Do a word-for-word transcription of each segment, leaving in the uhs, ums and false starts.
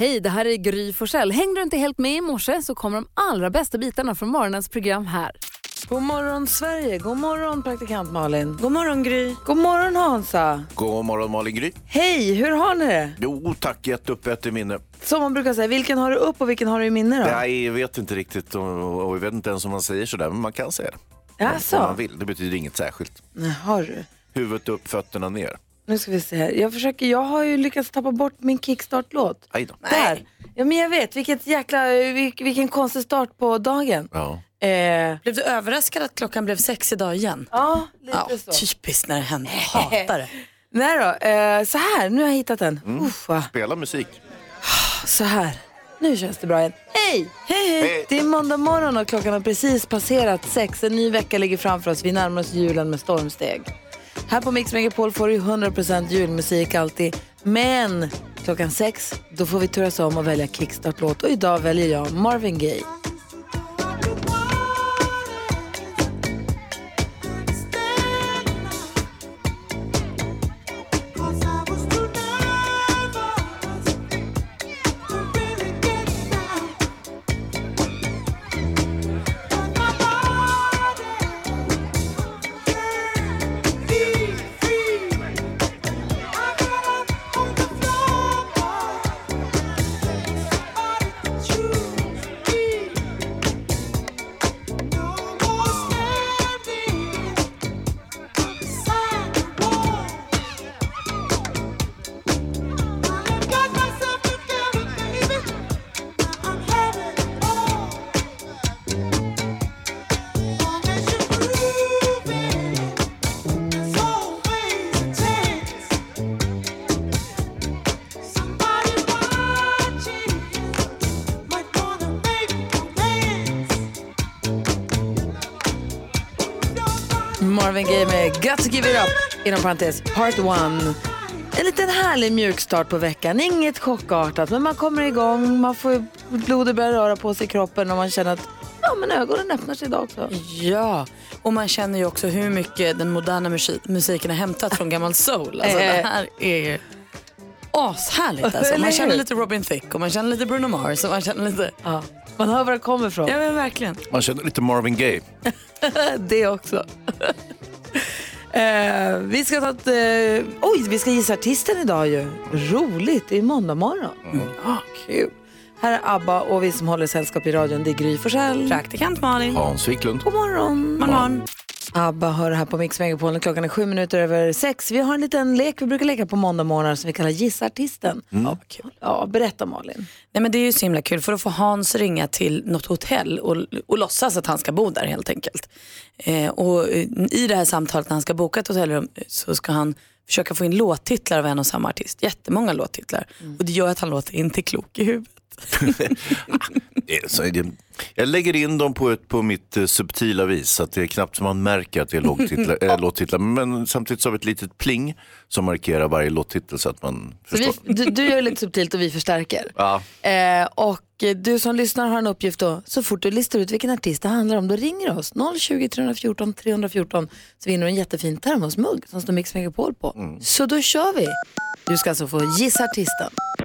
Hej, det här är Gry Forssell. Hängde du inte helt med i morse så kommer de allra bästa bitarna från morgonens program här. God morgon Sverige, god morgon praktikant Malin. God morgon Gry. God morgon Hansa. God morgon Malin Gry. Hej, hur har ni det? Jo tack, jätteupprätt i minne. Som man brukar säga, vilken har du upp och vilken har du i minne då? Nej, jag vet inte riktigt och, och jag vet inte ens om man säger sådär, men man kan säga det. Jaså? Om man vill, det betyder inget särskilt. Nej, har du? Huvudet upp, fötterna ner. Nu ska vi se här. Jag försöker, jag har ju lyckats tappa bort min kickstart-låt. Aj då. Där. Ja, men jag vet, vilket jäkla, vilk, vilken konstig start på dagen. Ja. Eh, Blev du överraskad att klockan blev sex idag igen? ja, lite Ja, så. typiskt när det händer. Jag hatar det. Nej då, eh, så här, nu har jag hittat den. Mm. Uff, va. Spela musik. Så här, nu känns det bra igen. Hej! Hej, hej. Hej. Det är måndag morgon och klockan har precis passerat sex. En ny vecka ligger framför oss. Vi närmar oss julen med stormsteg. Här på Mix Megapol får du hundra procent julmusik alltid. Men klockan sex, då får vi turas om och välja kickstart-låt. Och idag väljer jag Marvin Gaye. Marvin Gaye med Got to give it up, inom parentes, part one. En liten härlig mjukstart på veckan. Inget chockartat, men man kommer igång. Man får blodet börja röra på sig i kroppen och man känner att ja, men ögonen öppnar sig idag också. Ja, och man känner ju också hur mycket den moderna musik- musiken har hämtat från gammal soul. Alltså det här är ashärligt alltså. Man känner lite Robin Thicke och man känner lite Bruno Mars och man känner lite... Ja, man hör var det kommer ifrån. Ja, men verkligen. Man känner lite Marvin Gaye. Det också. eh, vi ska ta ett, eh, oj, vi ska gissa artisten idag ju. Roligt, det är måndag morgon. Mm. Ah, kul. Här är ABBA och vi som håller sällskap i radion, det är Gry Forssell. Praktikant Malin. Hans Wiklund. God morgon. Morgon. ABBA hör här på Mix Megapol. Klockan är sju minuter över sex. Vi har en liten lek vi brukar leka på måndag morgon som vi kallar Gissa artisten. Mm. Ja, kul. Ja, berätta Malin. Nej, men det är ju så himla kul för att få Hans ringa till något hotell och, och låtsas att han ska bo där helt enkelt. Eh, och i det här samtalet när han ska boka ett hotellrum så ska han försöka få in låttitlar av en och samma artist. Jättemånga låttitlar. Mm. Och det gör att han låter inte klok i huvudet. Så är det, jag lägger in dem på, ett, på mitt uh, subtila vis så att det är knappt som man märker att det är låttitlar, äh, låttitlar. Men samtidigt så har vi ett litet pling som markerar varje låttitel så att man så förstår. vi, du, du gör det lite subtilt och vi förstärker. Ja. Eh, och du som lyssnar har en uppgift då. Så fort du listar ut vilken artist det handlar om, då ringer oss noll tjugo, tre fjorton, tre fjorton så vinner du en jättefin termosmugg som står Mix Megapol på. Mm. Så då kör vi. Du ska alltså få gissa artisten.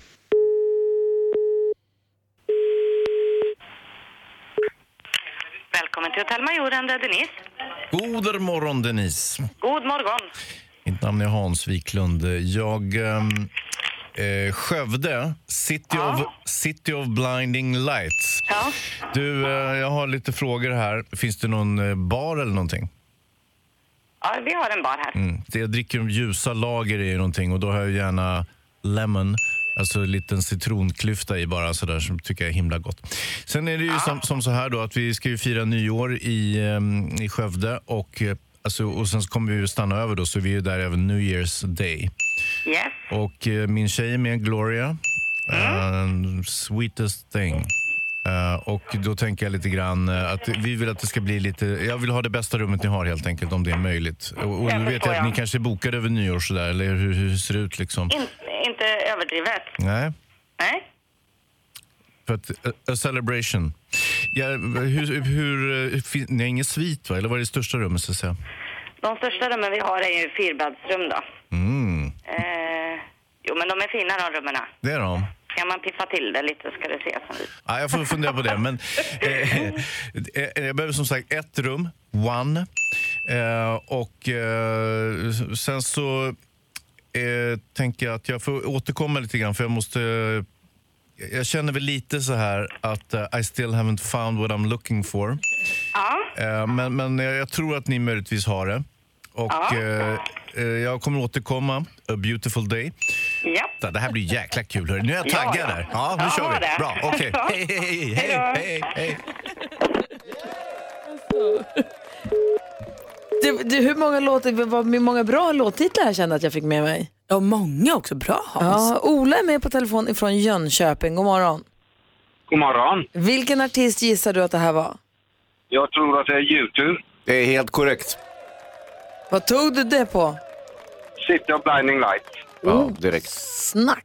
Välkommen till Hotell Majoren, det är Denise. God morgon Denise. God morgon. Mitt namn är Hans Wiklund. Jag eh, Skövde, City, Ja. of, City of Blinding Lights. Ja. Du, eh, jag har lite frågor här. Finns det någon eh, bar eller någonting? Ja, vi har en bar här. Mm. Det jag dricker ljusa lager i någonting och då har jag gärna lemon. Alltså en liten citronklyfta i bara sådär som tycker jag är himla gott. Sen är det ju Ja. som, som så här då att vi ska ju fira nyår i, um, i Skövde och, eh, alltså, och sen så kommer vi ju stanna över då så vi är ju där även New Year's Day. Yes. Och eh, min tjej är med, Gloria. Mm. Uh, sweetest thing. Uh, och då tänker jag lite grann uh, att vi vill att det ska bli lite... Jag vill ha det bästa rummet ni har helt enkelt om det är möjligt. Och, och Jag nu vet förstår, jag att ja. ni kanske bokar över nyår sådär, eller hur, hur ser det ut liksom? In, inte överdrivet. Nej. Nej. För att, a, a celebration. Ja, hur, hur, fin, ni har ingen svit va? Eller vad är det största rummet så att säga? De största rummen vi har är ju fyrbäddsrum då. Mm. Eh, jo, men de är fina de rummen. Det är de. ska man piffa till det lite ska det se som ut. Ja, jag får fundera på det. Men, eh, eh, jag behöver som sagt ett rum, one. Eh, och eh, sen så eh, tänker jag att jag får återkomma lite grann. För jag måste... Jag känner väl lite så här att uh, I still haven't found what I'm looking for. Ja. Uh, men men jag, jag tror att ni möjligtvis har det. Och Ja. uh, uh, jag kommer återkomma. A beautiful day. Ja. Det här blir jäkla kul. Hörru. Nu är jag Ja, taggad ja. där. Ja, nu Ja, kör vi. det. Bra, okej. Ja. Hej, hej, hej, Hej då. hej, hej. Du, du, hur många låtar, vad, hur många bra låttitlar jag kände att jag fick med mig? Ja, många också. Bra, Hans. Ja, Ola är med på telefon ifrån Jönköping. God morgon. God morgon. Vilken artist gissar du att det här var? Jag tror att det är YouTube. Det är helt korrekt. Vad tog du det på? City of Blinding Light. Ja, direkt. Snabbt.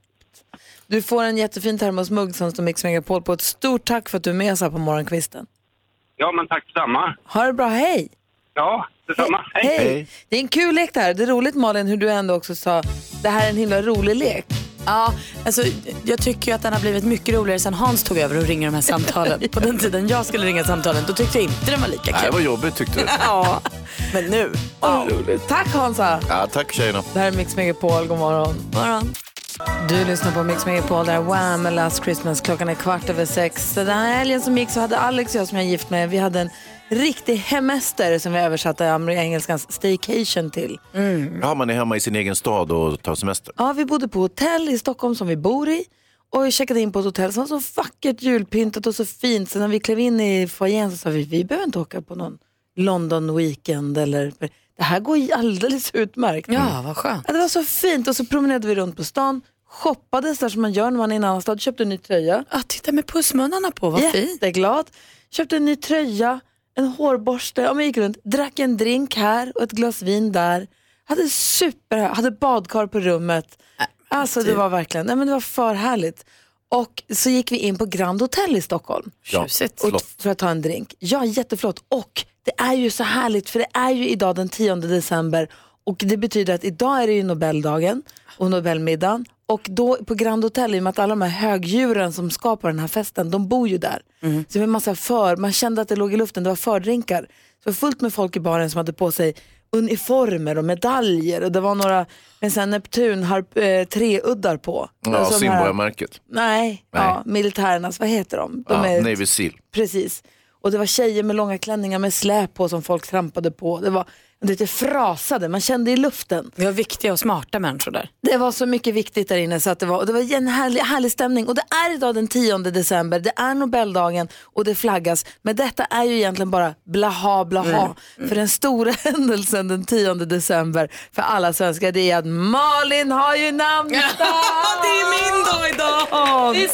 Du får en jättefin termosmugg som står Mix Megapol på. Ett stort tack för att du är med oss här på morgonkvisten. Ja, men tack detsamma. Ha det bra, hej! Ja, detsamma. Hej. Hej. Hej. Det är en kul lek det här. Det är roligt Malin hur du ändå också sa det här är en himla rolig lek. Ja, alltså, jag tycker ju att den har blivit mycket roligare sen Hans tog över och ringer de här samtalen. På den tiden jag skulle ringa samtalen, då tyckte jag inte den var lika Nej, kul. vad jobbigt tyckte du. Ja, men nu. Ja. Tack Hansa! Ja, tack tjejerna. Det här är Mix Megapol, god morgon. Morgon. Du lyssnar på Mix Megapol, där Wham! Med Last Christmas. Klockan är kvart över sex. Den här helgen som gick så hade Alex och jag som jag är gift med, vi hade en riktig hemester som vi översatte engelskans staycation till. Mm. Ja, man är hemma i sin egen stad och tar semester. Ja, vi bodde på hotell i Stockholm som vi bor i. Och vi checkade in på ett hotell som var så vackert julpyntat och så fint. Så när vi klev in i foajén så sa vi, vi behöver inte åka på någon London weekend eller... Det här går alldeles utmärkt. Ja, vad skönt. Ja, det var så fint och så promenerade vi runt på stan. Shoppades där som man gör när man är i en annan stad. Köpte en ny tröja. Ja, titta med pussmunnarna på, vad fint. Jätteglad. Köpte en ny tröja, en hårborste. Ja, men gick runt, drack en drink här och ett glas vin där. Hade super, hade badkar på rummet. Äh, alltså det var verkligen, nej men det var för härligt. Och så gick vi in på Grand Hotel i Stockholm. Ja, och flott. för att ta en drink. Ja, jätteflott. Och det är ju så härligt för det är ju idag den tionde december. Och det betyder att idag är det ju Nobeldagen och Nobelmiddagen. Och då på Grand Hotel, i och med att alla de här högdjuren som skapar den här festen, de bor ju där. Mm. Så det var en massa för, man kände att det låg i luften, det var fördrinkar. Så det var fullt med folk i baren som hade på sig uniformer och medaljer. Och det var några, en sån här Neptun har eh, tre uddar på. Ja, alltså Simborgarmärket. Nej, Nej. Ja, militärernas, vad heter de? de Ja, är, Navy Seal. Precis. Och det var tjejer med långa klänningar med släp på som folk trampade på. Det var det frasade, man kände i luften. Vi har viktiga och smarta människor där. Det var så mycket viktigt där inne så att det var, och det var en härlig, härlig stämning. Och det är idag den tionde december, det är Nobeldagen och det flaggas. Men detta är ju egentligen bara blaha blaha. Mm. Mm. För den stora händelsen den tionde december för alla svenskar, det är att Malin har ju namnsdag. Det är min dag idag. Det är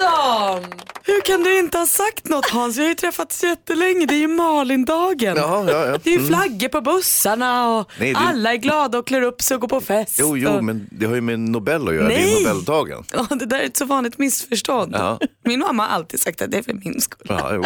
sen Hur kan du inte ha sagt något, Hans? Vi har ju träffats jättelänge. Det är ju Malindagen. Ja, ja, ja. Det är ju flaggor på bussarna och Nej, det- alla är glada och klär upp sig och går på fest. Jo, jo, och... men det har ju med Nobel att göra. Nej. Det är Nobeldagen. Ja, det där är ett så vanligt missförstånd. Ja. Min mamma har alltid sagt att det är för min skull. Ja, jo.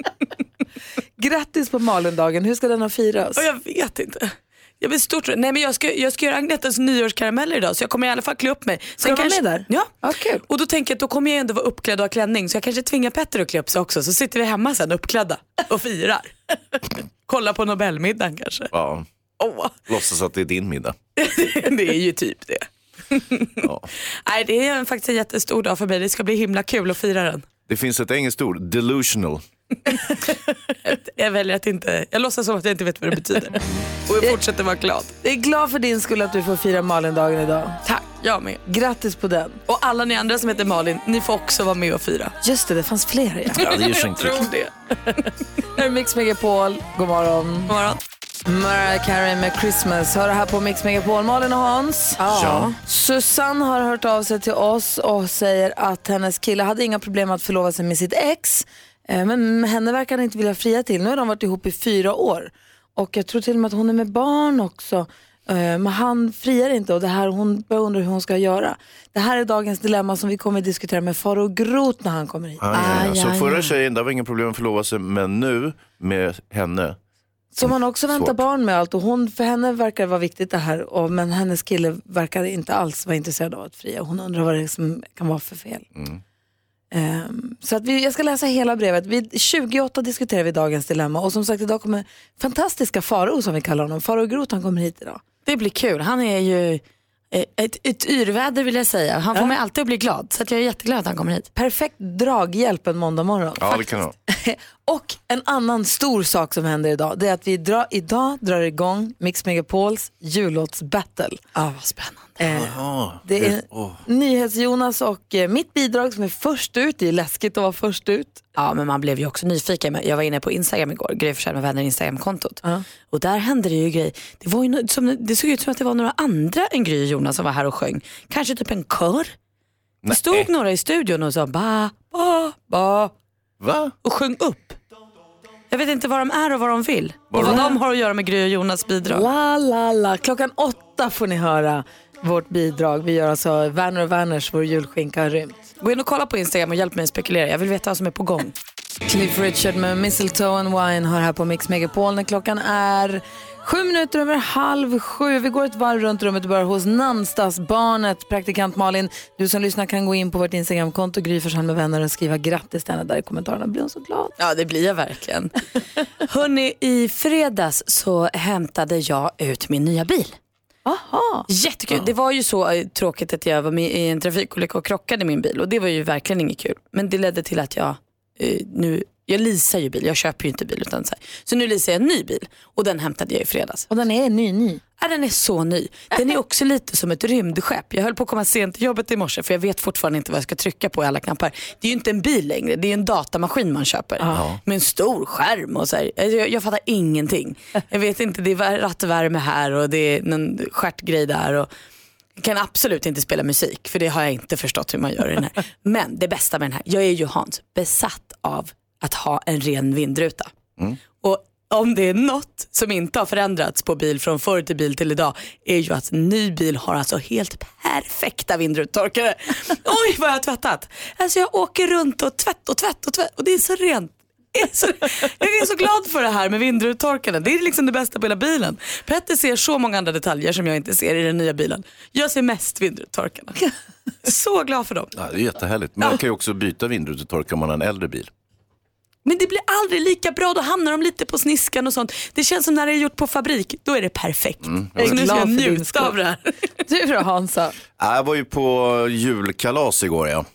Grattis på Malindagen, hur ska den ha firas? Och jag vet inte. Jag blir stort. Nej, men jag ska, jag ska göra Agnetas nyårskarameller idag, så jag kommer i alla fall klä upp mig. Ska du vara med där? Ja. Ja, kul. Och då tänker jag att då kommer jag ändå vara uppklädd och ha klänning, så jag kanske tvingar Petter att klä upp sig också. Så sitter vi hemma sen uppklädda och firar. Kolla på Nobelmiddagen kanske. Ja. Åh. Låtsas att det är din middag. Det är ju typ det. Ja. Nej, det är faktiskt en jättestor dag för mig. Det ska bli himla kul att fira den. Det finns ett engelskt ord, delusional. Jag väljer att inte, jag låtsas som att jag inte vet vad det betyder. Och jag fortsätter vara glad. Jag är glad för din skull att du får fira Malindagen idag. Tack, jag med. Grattis på den. Och alla ni andra som heter Malin, ni får också vara med och fira. Just det, det fanns flera. Ja. Ja, det är ju så Jag tror enkelt. det. Det är Mix Megapol, god morgon. God morgon. Mariah Carey med Christmas. Hör det här på Mix Megapol. Malin och Hans. Ja. Susanne har hört av sig till oss och säger att hennes kille hade inga problem att förlova sig med sitt ex. Eh, Men henne verkar han inte vilja fria till. Nu har de varit ihop i fyra år. Och jag tror till och med att hon är med barn också. Eh, Men han friar inte och det här, hon börjar undra hur hon ska göra. Det här är dagens dilemma som vi kommer att diskutera med Faro Groth när han kommer hit. Ja, ja, ja. Aj, Så aj, förra aj. tjejen, där var inga problem att förlova sig, men nu med henne Som man också väntar Svårt. barn med allt. Och hon, för henne verkar det vara viktigt det här. Och, men hennes kille verkar inte alls vara intresserad av att fria. Hon undrar vad det är som kan vara för fel. Mm. Um, så att vi, jag ska läsa hela brevet. Vid tjugoåtta diskuterar vi dagens dilemma. Och som sagt, idag kommer fantastiska Faro, som vi kallar honom. Faro Groth, han kommer hit idag. Det blir kul. Han är ju ett, ett yrväder vill jag säga. Han får Ja. mig alltid att bli glad. Så att jag är jätteglad att han kommer hit. Perfekt draghjälp en måndag morgon. Ja, det kan det vara. Och en annan stor sak som händer idag, det är att vi drar, idag drar igång Mix Megapols jullåtsbattle. Ja, vad spännande. Eh, Aha, det är åh. NyhetsJonas och eh, mitt bidrag som är först ut. Det är läskigt att vara först ut. Ja, men man blev ju också nyfiken. Jag var inne på Instagram igår, Gry Forssell med vänner Instagram-kontot. Ja. Och där hände det ju grejer. Det, var ju no- som, det såg ut som att det var några andra än Gry och Jonas som var här och sjöng. Kanske typ en kör. Det stod några i studion och sa ba, ba, ba Va? och sjöng upp. Jag vet inte vad de är och vad de vill. Var och vad de- de har att göra med Gry och Jonas bidrag. La, la, la. Klockan åtta får ni höra vårt bidrag. Vi gör alltså Werner och Werners, vår julskinka har rymt. Gå in och kolla på Instagram och hjälp mig att spekulera. Jag vill veta vad som är på gång. Cliff Richard med Mistletoe and Wine har här på Mix Megapol när klockan är sju minuter över halv sju. Vi går ett varv runt rummet och börjar hos namnsdagsbarnet. Praktikant Malin, du som lyssnar kan gå in på vårt Instagramkonto Gry Forssell med vänner och skriva grattis till henne där i kommentarerna. Blir hon så glad? Ja, det blir jag verkligen. Hörrni, i fredags så hämtade jag ut min nya bil. Aha. Jättekul. Det var ju så eh, tråkigt att jag var med i en trafikolycka och krockade min bil. Och det var ju verkligen inget kul. Men det ledde till att jag eh, nu, jag leasar ju bil. Jag köper ju inte bil utan så här. Så nu leasar jag en ny bil. Och den hämtade jag i fredags. Och den är ny, ny. Ja, den är så ny. Den är också lite som ett rymdskepp. Jag höll på att komma sent till jobbet i morse för jag vet fortfarande inte vad jag ska trycka på i alla knappar. Det är ju inte en bil längre, det är en datamaskin man köper. Ja. Med en stor skärm och så här. Jag, jag fattar ingenting. Jag vet inte, det är rattvärme här och det är en stjärtgrej där och jag kan absolut inte spela musik för det har jag inte förstått hur man gör i den här. Men det bästa med den här, jag är ju Hans besatt av att ha en ren vindruta. Mm. Och om det är något som inte har förändrats på bil från förr till bil till idag är ju att en ny bil har alltså helt perfekta vindrutetorkare. Oj, vad jag har tvättat. Alltså jag åker runt och tvätt och tvätt och tvätt och det är så rent. Jag är så, jag är så glad för det här med vindrutetorkarna. Det är liksom det bästa på hela bilen. Petter ser så många andra detaljer som jag inte ser i den nya bilen. Jag ser mest vindrutetorkarna. Så glad för dem. Ja, det är jättehärligt. Men man kan ju också byta vindrutetorkare om man har en äldre bil. Men det blir aldrig lika bra, då hamnar de lite på sniskan och sånt. Det känns som när det är gjort på fabrik, då är det perfekt. Mm, jag är så nu ska glad jag för din njuta skull. av det här. Du då Hansa? Jag var ju på julkalas igår, ja.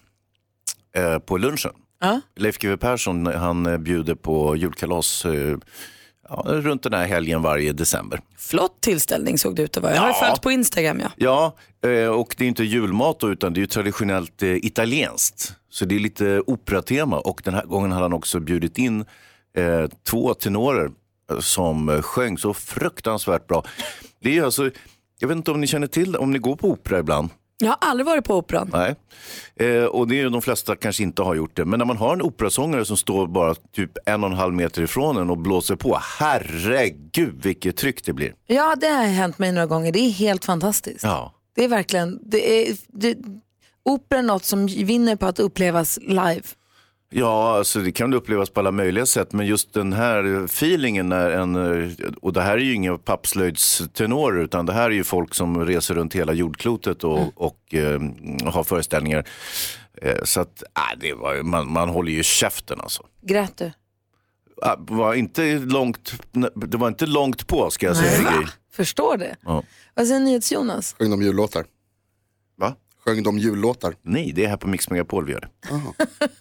Eh, på lunchen. Ja. Leif G W Persson, han eh, bjuder på julkalas eh, ja, runt den här helgen varje december. Flott tillställning såg det ut att vara. Jag har ju Ja. följt på Instagram, ja. Ja, eh, och det är inte julmat då, utan det är ju traditionellt eh, italienskt. Så det är lite operatema och den här gången hade han också bjudit in eh, två tenorer eh, som eh, sjöng så fruktansvärt bra. Det är ju alltså, jag vet inte om ni känner till, om ni går på opera ibland. Jag har aldrig varit på operan. Nej, eh, och det är ju de flesta kanske inte har gjort det. Men när man har en operasångare som står bara typ en och en halv meter ifrån en och blåser på, herregud vilket tryck det blir. Ja, det har hänt mig några gånger. Det är helt fantastiskt. Ja. Det är verkligen, det är, det, opera är något som vinner på att upplevas live. Ja, alltså det kan upplevas på alla möjliga sätt, men just den här feelingen när en, och det här är ju inga pappslöjdstenorer utan det här är ju folk som reser runt hela jordklotet och, mm. och eh, har föreställningar. Eh, så att, äh, det var, man, man håller ju käften alltså. Grät du? Äh, var inte långt, det var inte långt på ska jag säga. Va? Förstår det. Ja. Vad säger NyhetsJonas? Sjöng de jullåtar? Va? Sjöng de jullåtar? Nej, det är här på Mix Megapol vi gör det. Aha.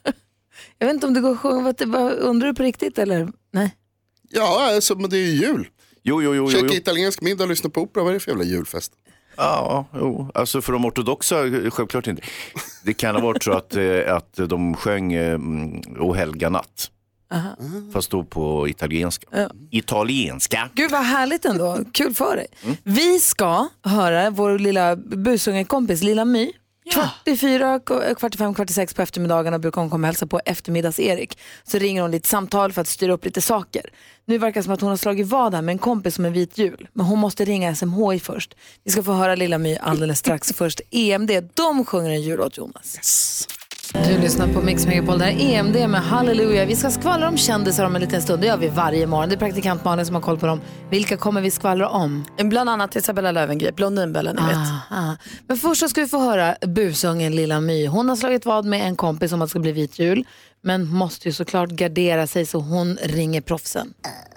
Jag vet inte om det går att sjunga, vad, undrar du på riktigt eller? Nej. Ja, alltså, men det är ju jul. Jo, jo, jo. jo, Käka jo. italiensk middag och lyssna på opera, vad är det för jävla julfest? Ja, jo. Alltså för de ortodoxa, självklart inte. Det kan ha varit så att, eh, att de sjöng eh, O helga natt. Aha. Fast då på italienska. Ja. Italienska. Gud vad härligt ändå, kul för dig. Mm. Vi ska höra vår lilla busungekompis Lilla My. Kvart i fyra, kvart i fem, kvart i sex på eftermiddagarna brukar hon komma och hälsa på eftermiddags-Erik. Så ringer hon lite samtal för att styra upp lite saker. Nu verkar det som att hon har slagit vad där med en kompis som en vit jul. Men hon måste ringa S M H I först. Vi ska få höra Lilla My alldeles strax. Först E M D, de sjunger en jullåt, Jonas. Yes. Du lyssnar på Mix Megapol, där är E M D med Halleluja. Vi ska skvallra om kändisar om en liten stund. Det gör vi varje morgon. Det är praktikant Malin som har koll på dem. Vilka kommer vi skvallra om? Bland annat Isabella Löwengrip, Blondinbella, ni vet. Ah, ah. Men först så ska vi få höra busungen Lilla My. Hon har slagit vad med en kompis om att det ska bli vit jul. Men måste ju såklart gardera sig, så hon ringer proffsen.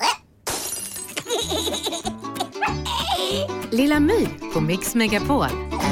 Lilla My på Mix Megapol.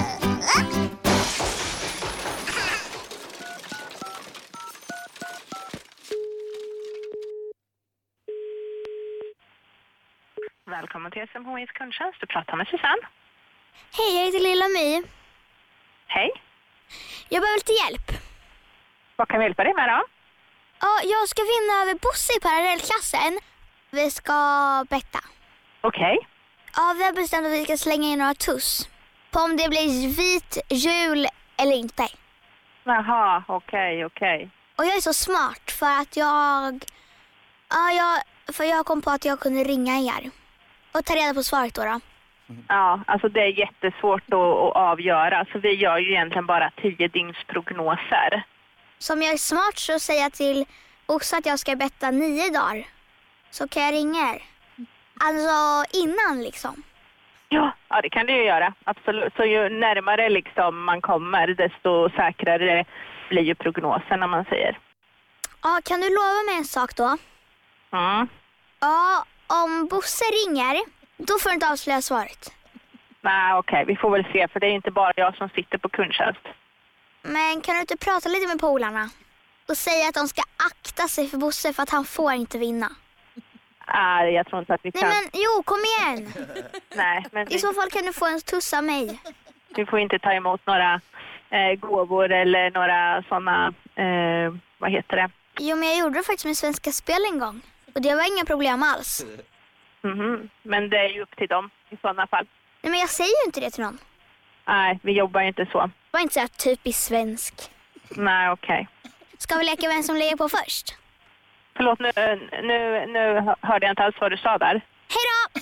Välkommen till S M H I:s kundtjänst. Du pratar med Susanne. Hej, jag heter Lilla My. Hej. Jag behöver lite hjälp. Vad kan vi hjälpa dig med då? Ja, jag ska vinna över Bosse i parallellklassen. Vi ska betta. Okej. Okay. Ja, vi har bestämt att vi ska slänga in några tuss. På om det blir vit jul eller inte. Jaha, okej, okay, okej. Okay. Och jag är så smart för att jag... Ja, jag... För jag kom på att jag kunde ringa er. Och ta reda på svaret då då. Ja, alltså det är jättesvårt att, att avgöra. Så vi gör ju egentligen bara tio dygns prognoser. Så om jag är smart så säger jag till Bosse att jag ska betta nio dagar. Så kan jag ringa er. Alltså innan liksom. Ja, ja, det kan du ju göra. Absolut. Så ju närmare liksom man kommer, desto säkrare blir ju prognosen, när man säger. Ja, kan du lova mig en sak då? Mm. Ja, om Bosse ringer, då får du inte avslöja svaret. Nej, okej. Okay. Vi får väl se, för det är inte bara jag som sitter på kundtjänst. Men kan du inte prata lite med polarna? Och säga att de ska akta sig för Bosse, för att han får inte vinna. Nej, jag tror inte att vi kan. Nej, men jo, kom igen. Nej, men... I så fall kan du få en tuss av mig. Vi får inte ta emot några eh, gåvor eller några sådana, eh, vad heter det? Jo, men jag gjorde det faktiskt med Svenska Spel en gång. Och det var inga problem alls. Mm-hmm. Men det är ju upp till dem i sådana fall. Nej, men jag säger ju inte det till någon. Nej, vi jobbar ju inte så. Det var inte så här typiskt svensk. Nej, okej. Okay. Ska vi leka vem som lägger på först? Förlåt, nu, nu, nu hörde jag inte alls vad du sa där. Hej då!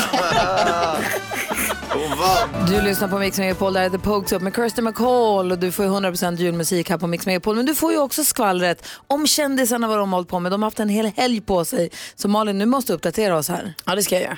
Du lyssnar på Mix Megapol, där heter Pokes Up med Kirsten McCall, och du får ju hundra procent julmusik här på Mix Megapol. Men du får ju också skvallret om kändisarna, vad de har hållit på med. De har haft en hel helg på sig. Så Malin, nu måste uppdatera oss här. Ja, det ska jag göra.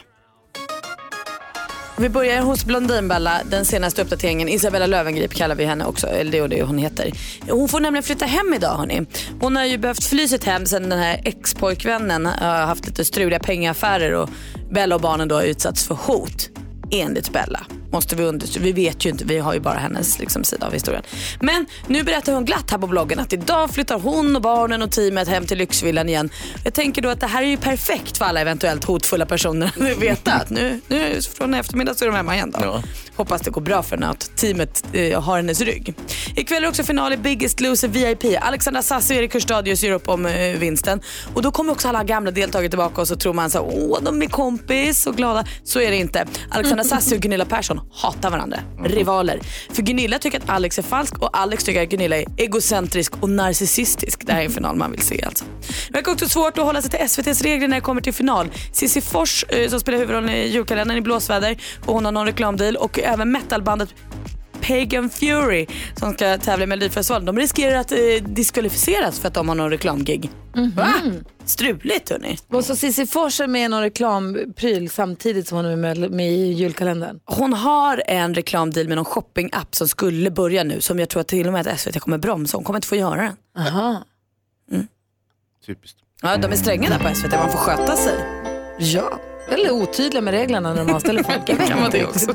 Vi börjar hos Blondinbella, den senaste uppdateringen. Isabella Löwengrip kallar vi henne också, eller det är det hon heter. Hon får nämligen flytta hem idag, hörni. Hon har ju behövt fly sitt hem sedan den här ex-pojkvännen har haft lite struliga pengaffärer, och Bella och barnen då har utsatts för hot. Enligt Bella. Måste vi understryka. Vi vet ju inte, vi har ju bara hennes liksom, sida av historien. Men nu berättar hon glatt här på bloggen att idag flyttar hon och barnen och teamet hem till lyxvillan igen. Jag tänker då att det här är ju perfekt för alla eventuellt hotfulla personer att veta att nu, nu från eftermiddag så är de hemma igen då. Ja. Hoppas det går bra för henne, att teamet eh, har hennes rygg. Ikväll är det också final i Biggest Loser V I P. Alexandra Sassi och Erik Hörstadius gör upp om eh, vinsten. Och då kommer också alla gamla deltagare tillbaka, och så tror man så här, åh, de är kompis och glada. Så är det inte. Alexandra Sassi och Gunilla Persson hatar varandra. Rivaler. För Gunilla tycker att Alex är falsk, och Alex tycker att Gunilla är egocentrisk och narcissistisk. Det här är en final man vill se alltså. Det är också svårt att hålla sig till S V T:s regler när det kommer till final. Cissi Fors eh, som spelar huvudrollen i julkalendern i Blåsväder, och hon har någon reklamdeal, och även metalbandet Pagan Fury som ska tävla med Melodifestivalen. De riskerar att eh, diskvalificeras för att de har någon reklamgig. Mm-hmm. Va? Struligt, hörni. Och så Cissi Fors är med någon reklampryl samtidigt som hon är med, med i julkalendern. Hon har en reklamdeal med någon shoppingapp som skulle börja nu, som jag tror att till och med att S V T kommer bromsa. Hon kommer inte få göra den. Aha. Mm. Typiskt. Ja, de är stränga där på S V T. Man får sköta sig. Ja, eller otydliga med reglerna när de anställer folk. Det kan vara det också.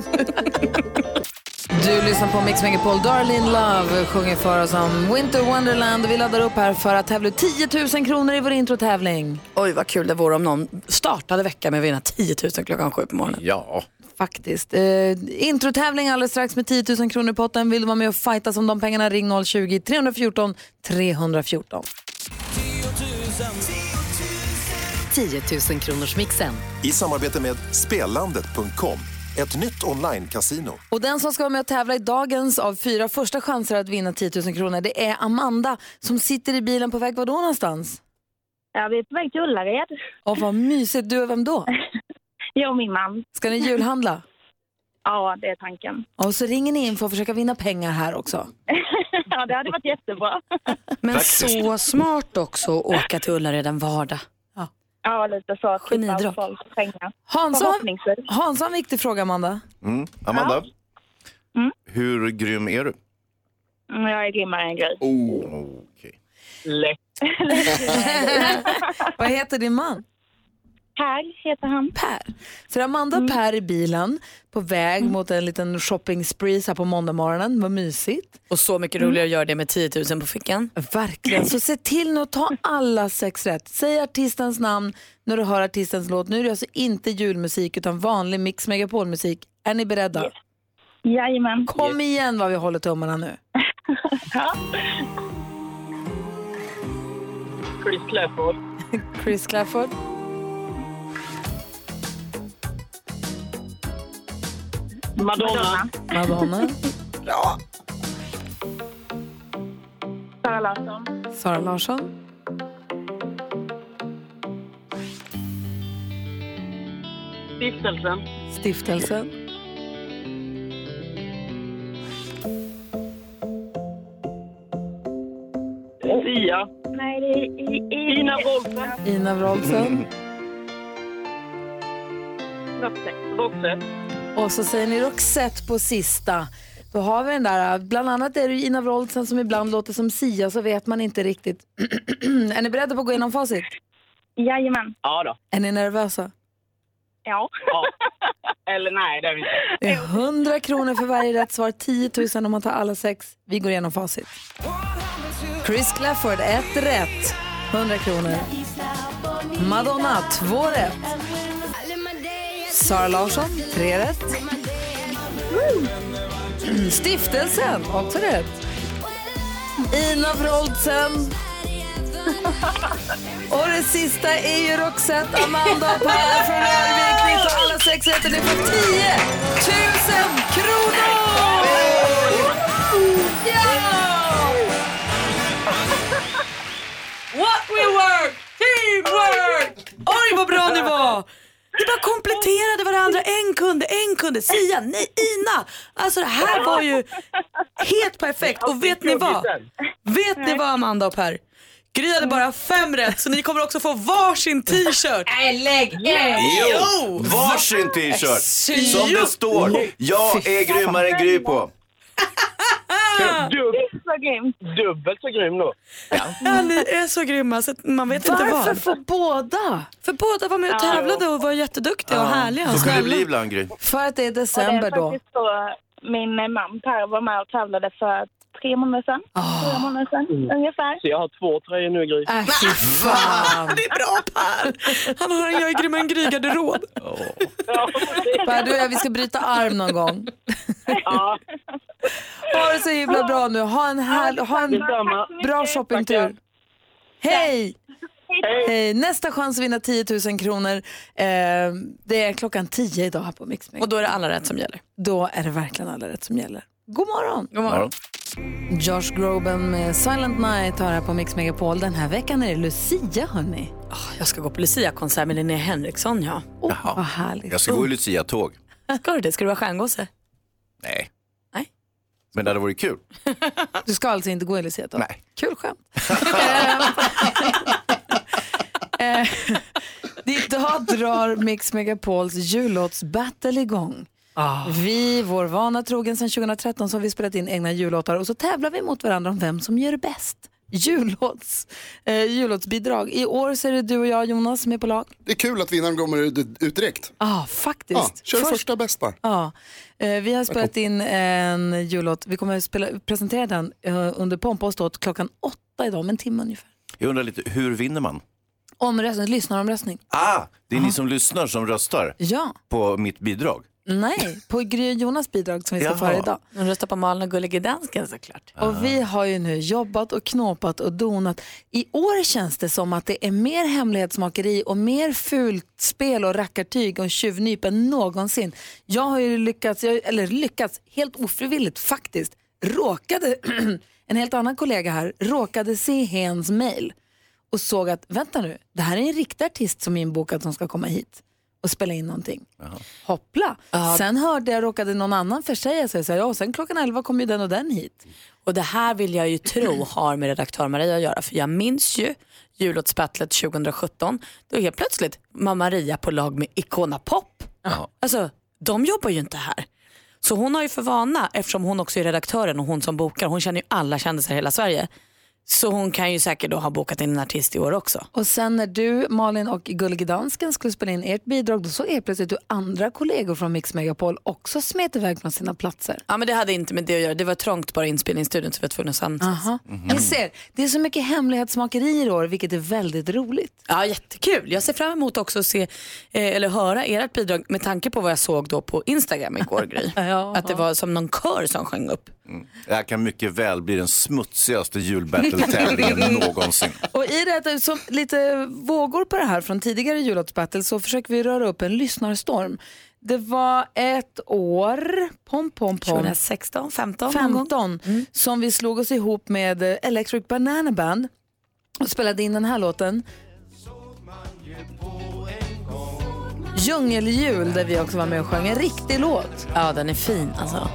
Du lyssnar på Mix Megapol. Darlene Love sjunger för oss om Winter Wonderland, och vi laddar upp här för att tävla tio tusen kronor i vår introtävling. Oj, vad kul det vore om någon startade veckan med att vinna tio tusen klockan sju på morgonen. Ja. Faktiskt. Eh, introtävling alldeles strax med tio tusen kronor i potten. Vill du vara med och fightas om de pengarna, ring noll tjugo, tre fjorton, tre fjorton. tio tusen kronors mixen. I samarbete med spelandet punkt com. Ett nytt online-casino. Och den som ska vara med och tävla i dagens av fyra första chanser att vinna tio tusen kronor, det är Amanda som sitter i bilen på väg. Var då någonstans? Ja, vi är på väg till Ullared. Och vad mysigt. Du och vem då? Jag och min man. Ska ni julhandla? Ja, det är tanken. Och så ringer ni in för att försöka vinna pengar här också. Ja, det hade varit jättebra. Men så smart också att åka till Ullared en vardag. Ja, ja lite så. Genidrock. Hansson, Hansson, viktig fråga, Amanda. Mm. Amanda, ja. mm. hur grym är du? Mm, jag är grymmare än Gry. Oh, okej. Lätt. Vad heter din man? Per heter han. Per. Så Amanda och mm. Per i bilen på väg mm. mot en liten shopping spree här på måndag morgonen. Vad mysigt. Och så mycket roligare mm. att göra det med tio tusen på fickan. Verkligen. Så se till nu att ta alla sex rätt. Säg artistens namn när du hör artistens låt. Nu är det alltså inte julmusik utan vanlig Mix Megapol-musik. Är ni beredda? Yes. Jajamän. Kom yes. igen vad vi håller tummarna nu. Ja. Chris Clafford. Chris Clafford. Madonna. Madonna. Ja. Sara Larsson. Sara Larsson. Stiftelsen. Stiftelsen. Sia. Nej, det är I- I- Ina Wroldsen. Ina Wroldsen. Roxette. Och så säger ni Roxette på sista. Då har vi den där, bland annat är det Ina Wroldsen som ibland låter som Sia, så vet man inte riktigt. Är ni beredda på att gå igenom facit? Jajamän. Ja då. Är ni nervösa? Ja. ja. Eller nej, det är vi inte. Det är hundra kronor för varje rätt svar, tio tusen om man tar alla sex. Vi går igenom facit. Chris Clafford, ett rätt. hundra kronor. Madonna, två rätt. Sara Larsson, tre rätt. Stiftelsen, också rätt. Ina Wroldsen. Och det sista är ju Roxette. Amanda och Per från Örvik. Ni tar alla sex rätt. Ni får tio tusen kronor! Ja! What we work! Teamwork! Oj, vad bra ni var! Det bara kompletterade varandra. En kunde, en kunde. Sia, nej, Ina. Alltså det här var ju helt perfekt. Och vet ni vad? Vet ni vad, Amanda och Per? Gry hade bara fem rätt, så ni kommer också få varsin t-shirt. Nej, lägg er. Jo, varsin t-shirt. Som det står. Jag är grymmare än Gry på. Dubbelt så grym. Dubbelt så grym då. Ja. Ja, ni är så grymma så man vet Varför inte vad. Varför får båda? För båda var med och tävlade och var jätteduktiga och härliga. Så kan det bli ibland, Gry. För att det är december då. Och det är faktiskt så, min man Per var med och tävlade för tre månader sedan. Oh. Tre månader sedan, mm. ungefär. Så jag har två tröjor nu, Gry. Äh, fy fan. Det är bra, Per. Han har en jag är grym en Gry-garderob. Oh. Per, du och jag, vi ska bryta arm någon gång. Ja. Ha det så himla bra nu. Ha en, här, ha en bra shoppingtur. Hej! Hej! Hej. Nästa chans att vinna tio tusen kronor. Eh, det är klockan tio idag här på Mix Megapol. Och då är det alla rätt som gäller. Då är det verkligen alla rätt som gäller. God morgon! God morgon. Josh Groban med Silent Night har här på Mix Megapol. Den här veckan är det Lucia, hörni. Oh, jag ska gå på Lucia-konsert med Linnea Henriksson, ja. Oh, vad härligt. Jag ska gå i Lucia-tåg. Ska du det? Ska du vara stjärngåse? Nej. Nej. Men det hade varit kul. Du ska alltså inte gå i Lucia-tåg? Nej. Kul skämt. eh, idag drar Mix Megapols jullåtsbattle igång. Oh. Vi, vår vana trogen sedan tjugohundratretton, så har vi spelat in egna jullåtar och så tävlar vi mot varandra om vem som gör det bäst. Jullåts, eh, jullåtsbidrag. I år så är det du och jag, Jonas, som är på lag. Det är kul att vinnaren kommer ut direkt. Ja, ah, faktiskt. Ah, kör Först... första bästa. Ja, ah, eh, vi har spelat in en jullåt. Vi kommer att spela, presentera den eh, under pompa och ståt klockan åtta idag, om en timme ungefär. Jag undrar lite, hur vinner man? Omröstning, lyssnaromröstning. Ah, det är ah. ni som lyssnar som röstar ja. på mitt bidrag? Nej, på Gry och Jonas bidrag som vi ska Jaha. få idag. De röstar på Malin och Gullige Dansken såklart. Och Aha. vi har ju nu jobbat och knåpat och donat. I år känns det som att det är mer hemlighetsmakeri och mer fult spel och rackartyg och tjuvnyp än någonsin. Jag har ju lyckats, eller lyckats helt ofrivilligt faktiskt, råkade, en helt annan kollega här, råkade se Hens mail och såg att, vänta nu, det här är en riktig artist som är inbokad som ska komma hit och spela in någonting. Jaha. Hoppla. Uh. Sen hörde jag, råkade någon annan försäga sig. Så ja, och sen klockan elva kom ju den och den hit. Och det här vill jag ju tro har med redaktör Maria att göra. För jag minns ju jullåtsbattlet tjugohundrasjutton. Då helt plötsligt var Maria på lag med Icona Pop. Ja. Alltså, de jobbar ju inte här. Så hon har ju för vana, eftersom hon också är redaktören och hon som bokar. Hon känner ju alla kändisar i hela Sverige. Så hon kan ju säkert då ha bokat in en artist i år också. Och sen när du, Malin och Gullige Dansken skulle spela in ert bidrag, då så är plötsligt du andra kollegor från Mix Megapol också smet iväg från sina platser. Ja, men det hade inte med det att göra. Det var trångt bara i inspelningsstudion så vi var tvungna att samsas. Aha. Mm-hmm. Jag ser, det är så mycket hemlighetsmakeri i år, vilket är väldigt roligt. Ja, jättekul. Jag ser fram emot också att se eh, eller höra ert bidrag med tanke på vad jag såg då på Instagram igår, Gry. Ja. Att det var som någon kör som sjöng upp. Mm. Det här kan mycket väl bli den smutsigaste julbattle-tävlingen någonsin. Och i det som lite vågor på det här från tidigare jullåtsbattle så försöker vi röra upp en lyssnarstorm. Det var ett år, pom pom pom. tjugohundrasexton, femton femton mm. som vi slog oss ihop med Electric Banana Band och spelade in den här låten. Djungeljul, där vi också var med och sjöng en riktig låt. Ja, den är fin alltså.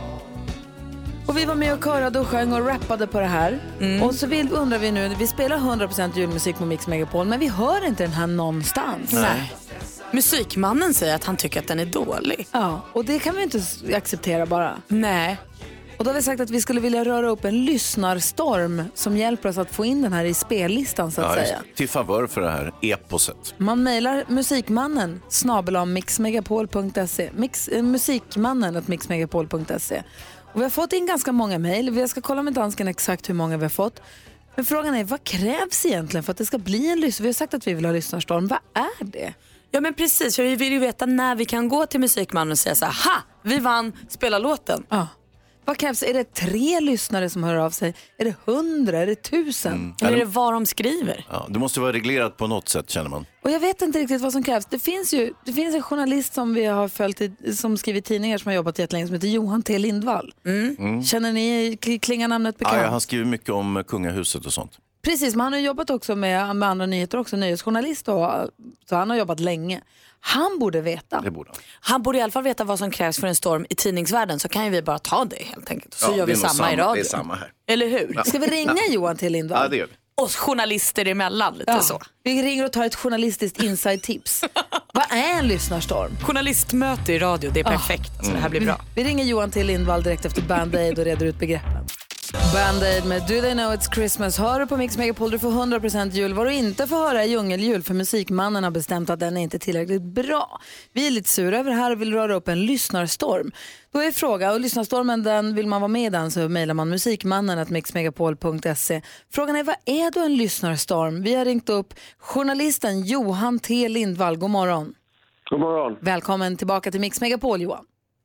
Och vi var med och körade och sjöng och rappade på det här. Mm. Och så vill, undrar vi nu, vi spelar hundra procent julmusik på Mix Megapol, men vi hör inte den här någonstans. Nej. Musikmannen säger att han tycker att den är dålig. Ja, och det kan vi inte acceptera bara. Nej. Och då har vi sagt att vi skulle vilja röra upp en lyssnarstorm som hjälper oss att få in den här i spellistan så att ja, säga. Till favör för det här eposet. Man mejlar musikmannen snabel-a mixmegapol punkt se Mix, eh, musikmannen at mixmegapol punkt se. Och vi har fått in ganska många mejl. Vi ska kolla med dansken exakt hur många vi har fått. Men frågan är, vad krävs egentligen för att det ska bli en lyssnare? Vi har sagt att vi vill ha lyssnarstorm. Vad är det? Ja, men precis, för vi vill ju veta när vi kan gå till musikmannen och säga så här: ha, vi vann, spela låten. Ja. Vad krävs? Är det tre lyssnare som hör av sig? Är det hundra? Är det tusen? Mm. Eller är det vad de skriver? Ja, det måste vara reglerat på något sätt, känner man. Och jag vet inte riktigt vad som krävs. Det finns ju det finns en journalist som vi har följt i, som skriver tidningar som har jobbat jättelänge som heter Johan T. Lindvall. Mm. Mm. Känner ni, klingar namnet bekant? Ja, han skriver mycket om kungahuset och sånt. Precis, men han har jobbat också med, med andra nyheter också, nyhetsjournalist och, så han har jobbat länge. Han borde veta. Det borde han. Han borde i alla fall veta vad som krävs för en storm i tidningsvärlden, så kan ju vi bara ta det helt enkelt. Så ja, gör vi samma, samma i radio. Det är samma här. Eller hur? Ja. Ska vi ringa Johan till Lindvall? Ja, det gör vi. Och journalister emellan, lite ja. så. Vi ringer och tar ett journalistiskt inside-tips. Vad är en lyssnarstorm? Journalistmöte i radio, det är perfekt. Mm. Så det här blir bra. Vi, vi ringer Johan till Lindvall direkt efter Band-Aid och reder ut begreppen. Band-Aid med Do They Know It's Christmas. Hör du på Mix Megapol, du får hundra procent jul. Vad du inte får höra är djungeljul, för musikmannen har bestämt att den är inte tillräckligt bra. Vi är lite sura över det här och vill röra upp en lyssnarstorm. Då är fråga, och lyssnarstormen, den vill man vara med i den, så mejlar man musikmannen at mixmegapol punkt se. Frågan är, vad är då en lyssnarstorm? Vi har ringt upp journalisten Johan T. Lindvall. God morgon. God morgon. Välkommen tillbaka till Mix Megapol, Johan.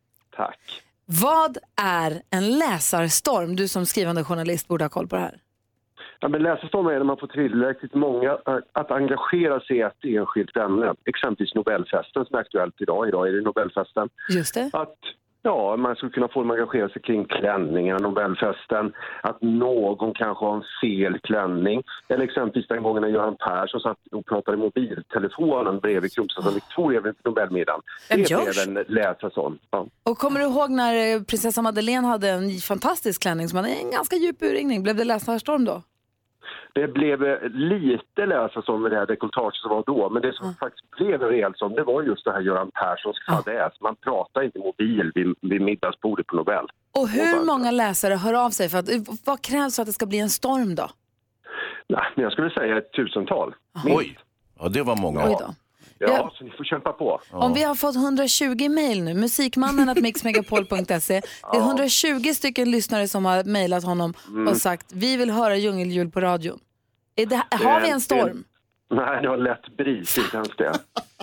Tack. Vad är en läsarstorm? Du som skrivande journalist borde ha koll på det här. Ja, men läsarstorm är när man får tillräckligt många att engagera sig i ett enskilt ämne. Exempelvis Nobelfesten som är aktuellt idag. Idag är det Nobelfesten. Just det. Att ja, man skulle kunna få dem att engagera sig kring klänningen, Nobelfesten. Att någon kanske har en fel klänning. Eller exempelvis den gången när Göran Persson satt och pratade i mobiltelefonen bredvid kronprinsessan Victoria vid Nobelmiddagen. Det blev en läsarstorm. Ja. Och kommer du ihåg när prinsessa Madeleine hade en fantastisk klänning som hade en ganska djup urringning? Blev det läsarstorm då? Det blev lite läsarstorm med det här dekolletage som var då. Men det som mm. faktiskt blev en rejäl som, det var just det här Göran Perssons fadäs. Man pratar inte mobil vid, vid middagsbordet på Nobel. Och hur och många läsare hör av sig? För att, vad krävs för att det ska bli en storm då? Nej, jag skulle säga ett tusental. Oj, ja, det var många. Oj då. Ja, ja, så ni får kämpa på. Om vi har fått hundratjugo mejl nu, musikmannen at mixmegapol punkt se. Det är hundratjugo stycken lyssnare som har mejlat honom mm. och sagt, vi vill höra djungeljul på radion. Är det, har vi en storm? Det, nej, det var lätt bris, inte ens det.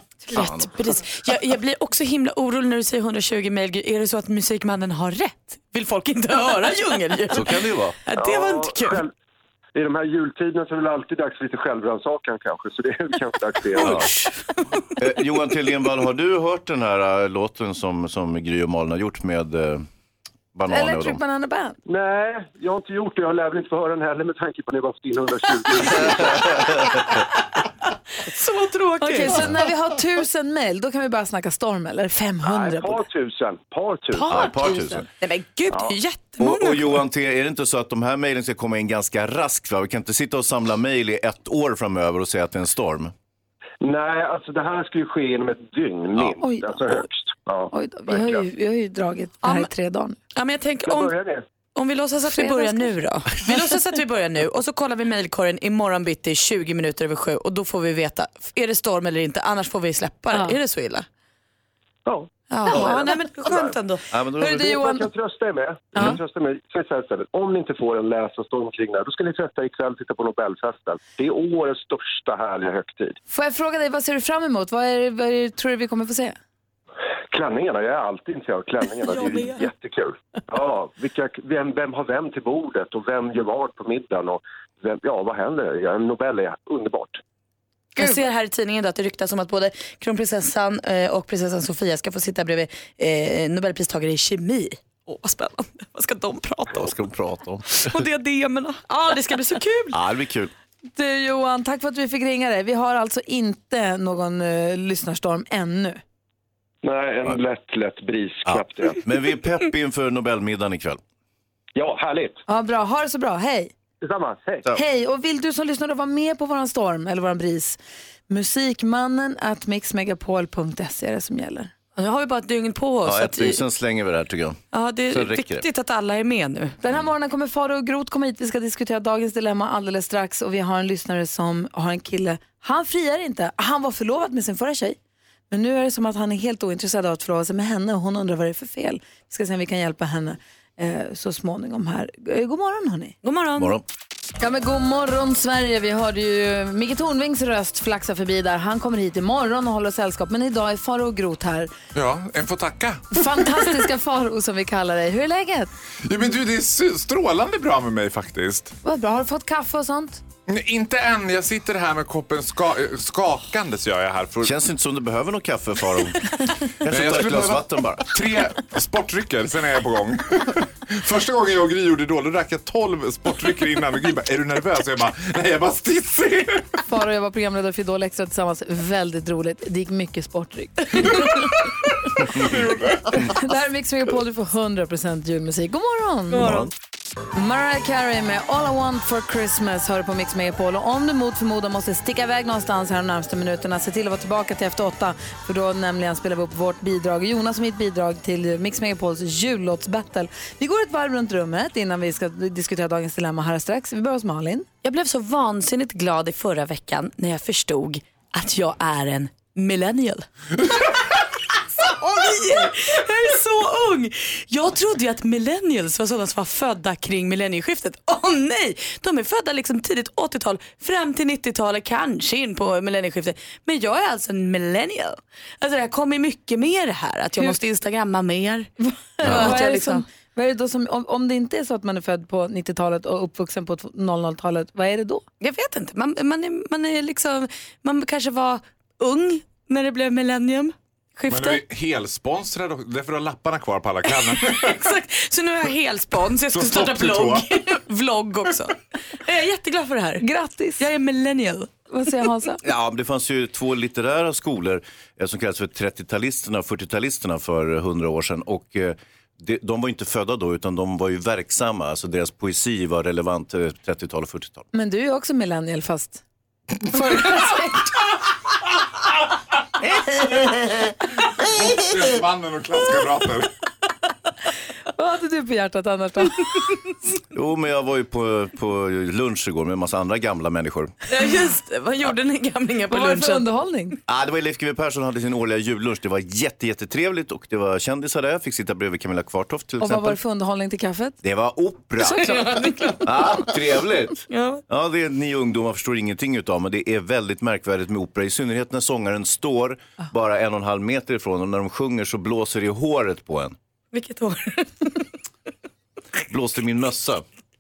Lätt bris. Jag, jag blir också himla orolig när du säger hundratjugo mejl. Är det så att musikmannen har rätt? Vill folk inte höra djungeljul? Så kan det ju vara. Ja, det var inte kul. Själv, i de här jultiderna så är det alltid dags för lite självrannsakan kanske. Så det är kanske dags för det. eh, Johan T. Lindvall, har du hört den här äh, låten som, som Gry och Malin har gjort med äh, Bananer och dem? Electric Banana Band? Nej, jag har inte gjort det. Jag lär väl inte få höra den heller med tanke på att ni var in hundratjugo. Så tråkigt. Okej, så när vi har tusen mejl, då kan vi bara snacka storm eller femhundra. Nej, par tusen. Par tusen. Ja, par tusen. Nej men gud, det är ju jättemånga. Och, och Johan, är det inte så att de här mejlen ska komma in ganska raskt? Va? Vi kan inte sitta och samla mejl i ett år framöver och säga att det är en storm. Nej, alltså det här ska ju ske inom ett dygn minst, Oj då. alltså högst. Ja, Oj då, vi, har ju, vi har ju dragit det här i tre dagar. Ja, men jag tänker Ska om... börja det? Om vi låtsas att vi börjar nu då. Vi låtsas att vi börjar nu och så kollar vi mejlkorgen imorgon bitti tjugo minuter över sju och då får vi veta, är det storm eller inte? Annars får vi släppa det. Ja. Är det så illa? Ja. Ja, ja nej, men skönt ändå. Ja, men då, Hörru, du, Johan. Jag kan trösta er med. Jag kan trösta er med. Så så här istället. Om ni inte får en läsa storm kring det, då ska ni tvätta ikväll och titta på Nobelfesten. Det är årets största härliga högtid. Får jag fråga dig, vad ser du fram emot? Vad, är, vad är, tror du vi kommer få se? Klänningarna, jag är alltid intresserad av klänningarna. Det är ju jättekul. Ja, vilka, vem, vem har vem till bordet och vem gör vad på middagen och vem, ja, vad händer? Ja, Nobel är underbart. Jag ser här i tidningen då att det ryktas om att både kronprinsessan och prinsessan Sofia ska få sitta bredvid eh, Nobelpristagare i kemi. Åh, vad spännande. Vad ska de prata om? Vad ska de prata om? Och diademerna. Ja, det ska bli så kul. Ja, det blir kul. Du Johan, tack för att vi fick ringa dig. Vi har alltså inte någon uh, lyssnarstorm ännu. Nej, en lätt, lätt bris, knappt ja. det. Men vi är pepp inför Nobelmiddagen ikväll. Ja, härligt. Ja, bra. Ha det så bra. Hej. Detsamma. Hej. Ja. Hej, och vill du som lyssnar då vara med på våran storm eller våran bris? Musikmannen at mixmegapol punkt se är det som gäller. Nu har vi bara ett dygn på oss. Ja, ett dygn, sen slänger vi det här tycker jag. Ja, det är viktigt att alla är med nu. Den här morgonen kommer Faro och Groth komma hit. Vi ska diskutera dagens dilemma alldeles strax. Och vi har en lyssnare som har en kille. Han friar inte. Han var förlovad med sin förra tjej. Men nu är det som att han är helt ointresserad av att förlova sig med henne. Och hon undrar vad det är för fel. Vi ska se om vi kan hjälpa henne eh, så småningom här. Eh, god morgon hörni. God morgon. morgon. Ja, men god morgon Sverige. Vi hörde ju Micke Tornvings röst flaxa förbi där. Han kommer hit imorgon och håller sällskap. Men idag är Faro och Groth här. Ja, en får tacka. Fantastiska Faro som vi kallar dig. Hur är läget? Ja, men du, det är strålande bra med mig faktiskt. Vad bra. Har du fått kaffe och sånt? Nej, inte än. Jag sitter här med koppen ska skakandes gör jag här. För... Känns inte som du behöver någon kaffe, Faro. Kanske ta ett glas vatten bara. Tre sportdrycker, sen är jag på gång. Första gången jag och Gry gjorde då, då drack jag tolv sportdrycker innan. Och Gry bara, är du nervös? Och jag bara, nej jag bara stissig. Faro och jag var programledare för Idol Extra tillsammans. Väldigt roligt. Det gick mycket sportdryck. Det här är Mix Megapol, du får hundra procent julmusik. God morgon! God morgon. Mariah Carey med All I Want For Christmas hör på Mix Megapol. Och om du mot förmodan måste sticka iväg någonstans här de närmaste minuterna, se till att vara tillbaka till efter åtta. För då nämligen spelar vi upp vårt bidrag, Jonas och mitt bidrag till Mix Megapols jullåtsbattle. Vi går ett varv runt rummet innan vi ska diskutera dagens dilemma här strax. Vi börjar hos Malin. Jag blev så vansinnigt glad i förra veckan när jag förstod att jag är en millennial. Jag är så ung. Jag trodde ju att millennials var sådana som var födda kring millennieskiftet. Åh oh, nej, de är födda liksom tidigt åttiotal fram till nittiotalet, kanske in på millennieskiftet. Men jag är alltså en millennial. Alltså det här kommer mycket mer det här, att jag Hur? måste instagramma mer. Ja. Vad är det som, vad är det då som, om, om det inte är så att man är född på nittiotalet och uppvuxen på noll noll-talet, vad är det då? Jag vet inte, man, man, är, man är liksom, man kanske var ung när det blev millennium. Skifte. Men du är helsponsrad och därför har lapparna kvar på alla kläder. Exakt, så nu är jag helspons. Jag ska starta blogg. Vlogg också. Jag är jätteglad för det här. Grattis. Jag är millennial. Vad säger Hansa? Ja, det fanns ju två litterära skolor som kallas för trettio-talisterna och fyrtio-talisterna för hundra år sedan. Och eh, de, de var inte födda då utan de var ju verksamma. Alltså deras poesi var relevant trettiotal och fyrtiotal. Men du är också millennial fast... Mannen och klasskamrater. Vad hade du på hjärtat annars då? Jo, men jag var ju på, på lunch igår med en massa andra gamla människor. Ja, just det. Vad gjorde ni gamlingar på lunchen? Vad var det för underhållning? Ah, det var Leif G W Persson hade sin årliga jullunch. Det var jätte, jättetrevligt och det var kändisar där. Jag fick sitta bredvid Camilla Kvartoft till och exempel. Och vad var det för underhållning till kaffet? Det var opera. Ja, trevligt. Ja. Ja, det är, ni ungdomar förstår ingenting utav, men det är väldigt märkvärdigt med opera. I synnerhet när sångaren står ah. bara en och en halv meter ifrån och när de sjunger så blåser det i håret på en. Vilket hår? Blåste min mössa.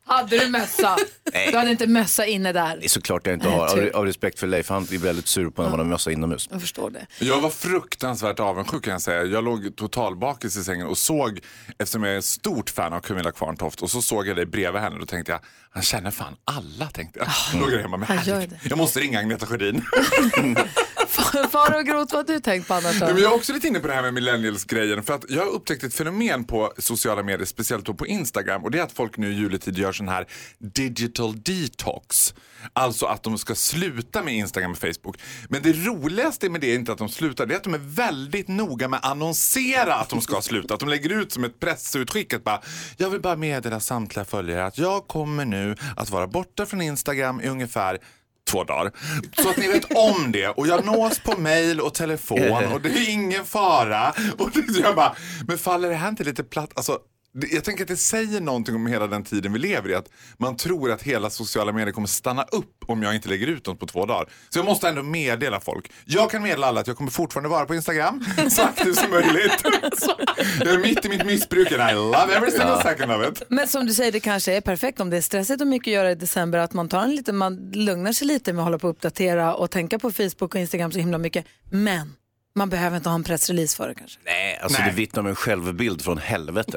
Hade du mössa? Nej. Du hade inte mössa inne där. Det är såklart jag inte har. Av, av respekt för Leif, han blir väldigt sur på när man har mössa inomhus. Jag förstår det. Jag var fruktansvärt avundsjuk kan jag säga. Jag låg totalbakis i sängen och såg, eftersom jag är ett stort fan av Camilla Kvarntoft, och så såg jag dig bredvid henne och då tänkte jag, han känner fan alla, tänkte jag. Jag låg hemma med här. Jag måste ringa Agneta Sjödin. Faro och Grot, vad har du tänkt på annars? Men jag är också lite inne på det här med millennials-grejen, för att jag har upptäckt ett fenomen på sociala medier, speciellt då på Instagram, och det är att folk nu i juletid gör sån här digital detox. Alltså att de ska sluta med Instagram och Facebook. Men det roligaste med det är inte att de slutar, det är att de är väldigt noga med att annonsera att de ska sluta. Att de lägger ut som ett pressutskick att bara, jag vill bara meddela samtliga följare att jag kommer nu att vara borta från Instagram i ungefär två dagar. Så att ni vet om det. Och jag nås på mejl och telefon och det är ingen fara. Och det, jag bara, men faller det här inte lite platt? Alltså, det, jag tänker att det säger någonting om hela den tiden vi lever i. Att man tror att hela sociala medier kommer stanna upp om jag inte lägger ut något på två dagar. Så jag måste ändå meddela folk. Jag kan meddela alla att jag kommer fortfarande vara på Instagram så aktivt som möjligt. Jag är mitt i mitt missbruk and I love every single second of it. Men som du säger, det kanske är perfekt om det är stressigt och mycket att göra i december, att man tar en lite, man lugnar sig lite med att hålla på att uppdatera och tänka på Facebook och Instagram så himla mycket. Men man behöver inte ha en pressrelease för det kanske. Nej, alltså Nej. Det vittnar om en självbild från helvetet.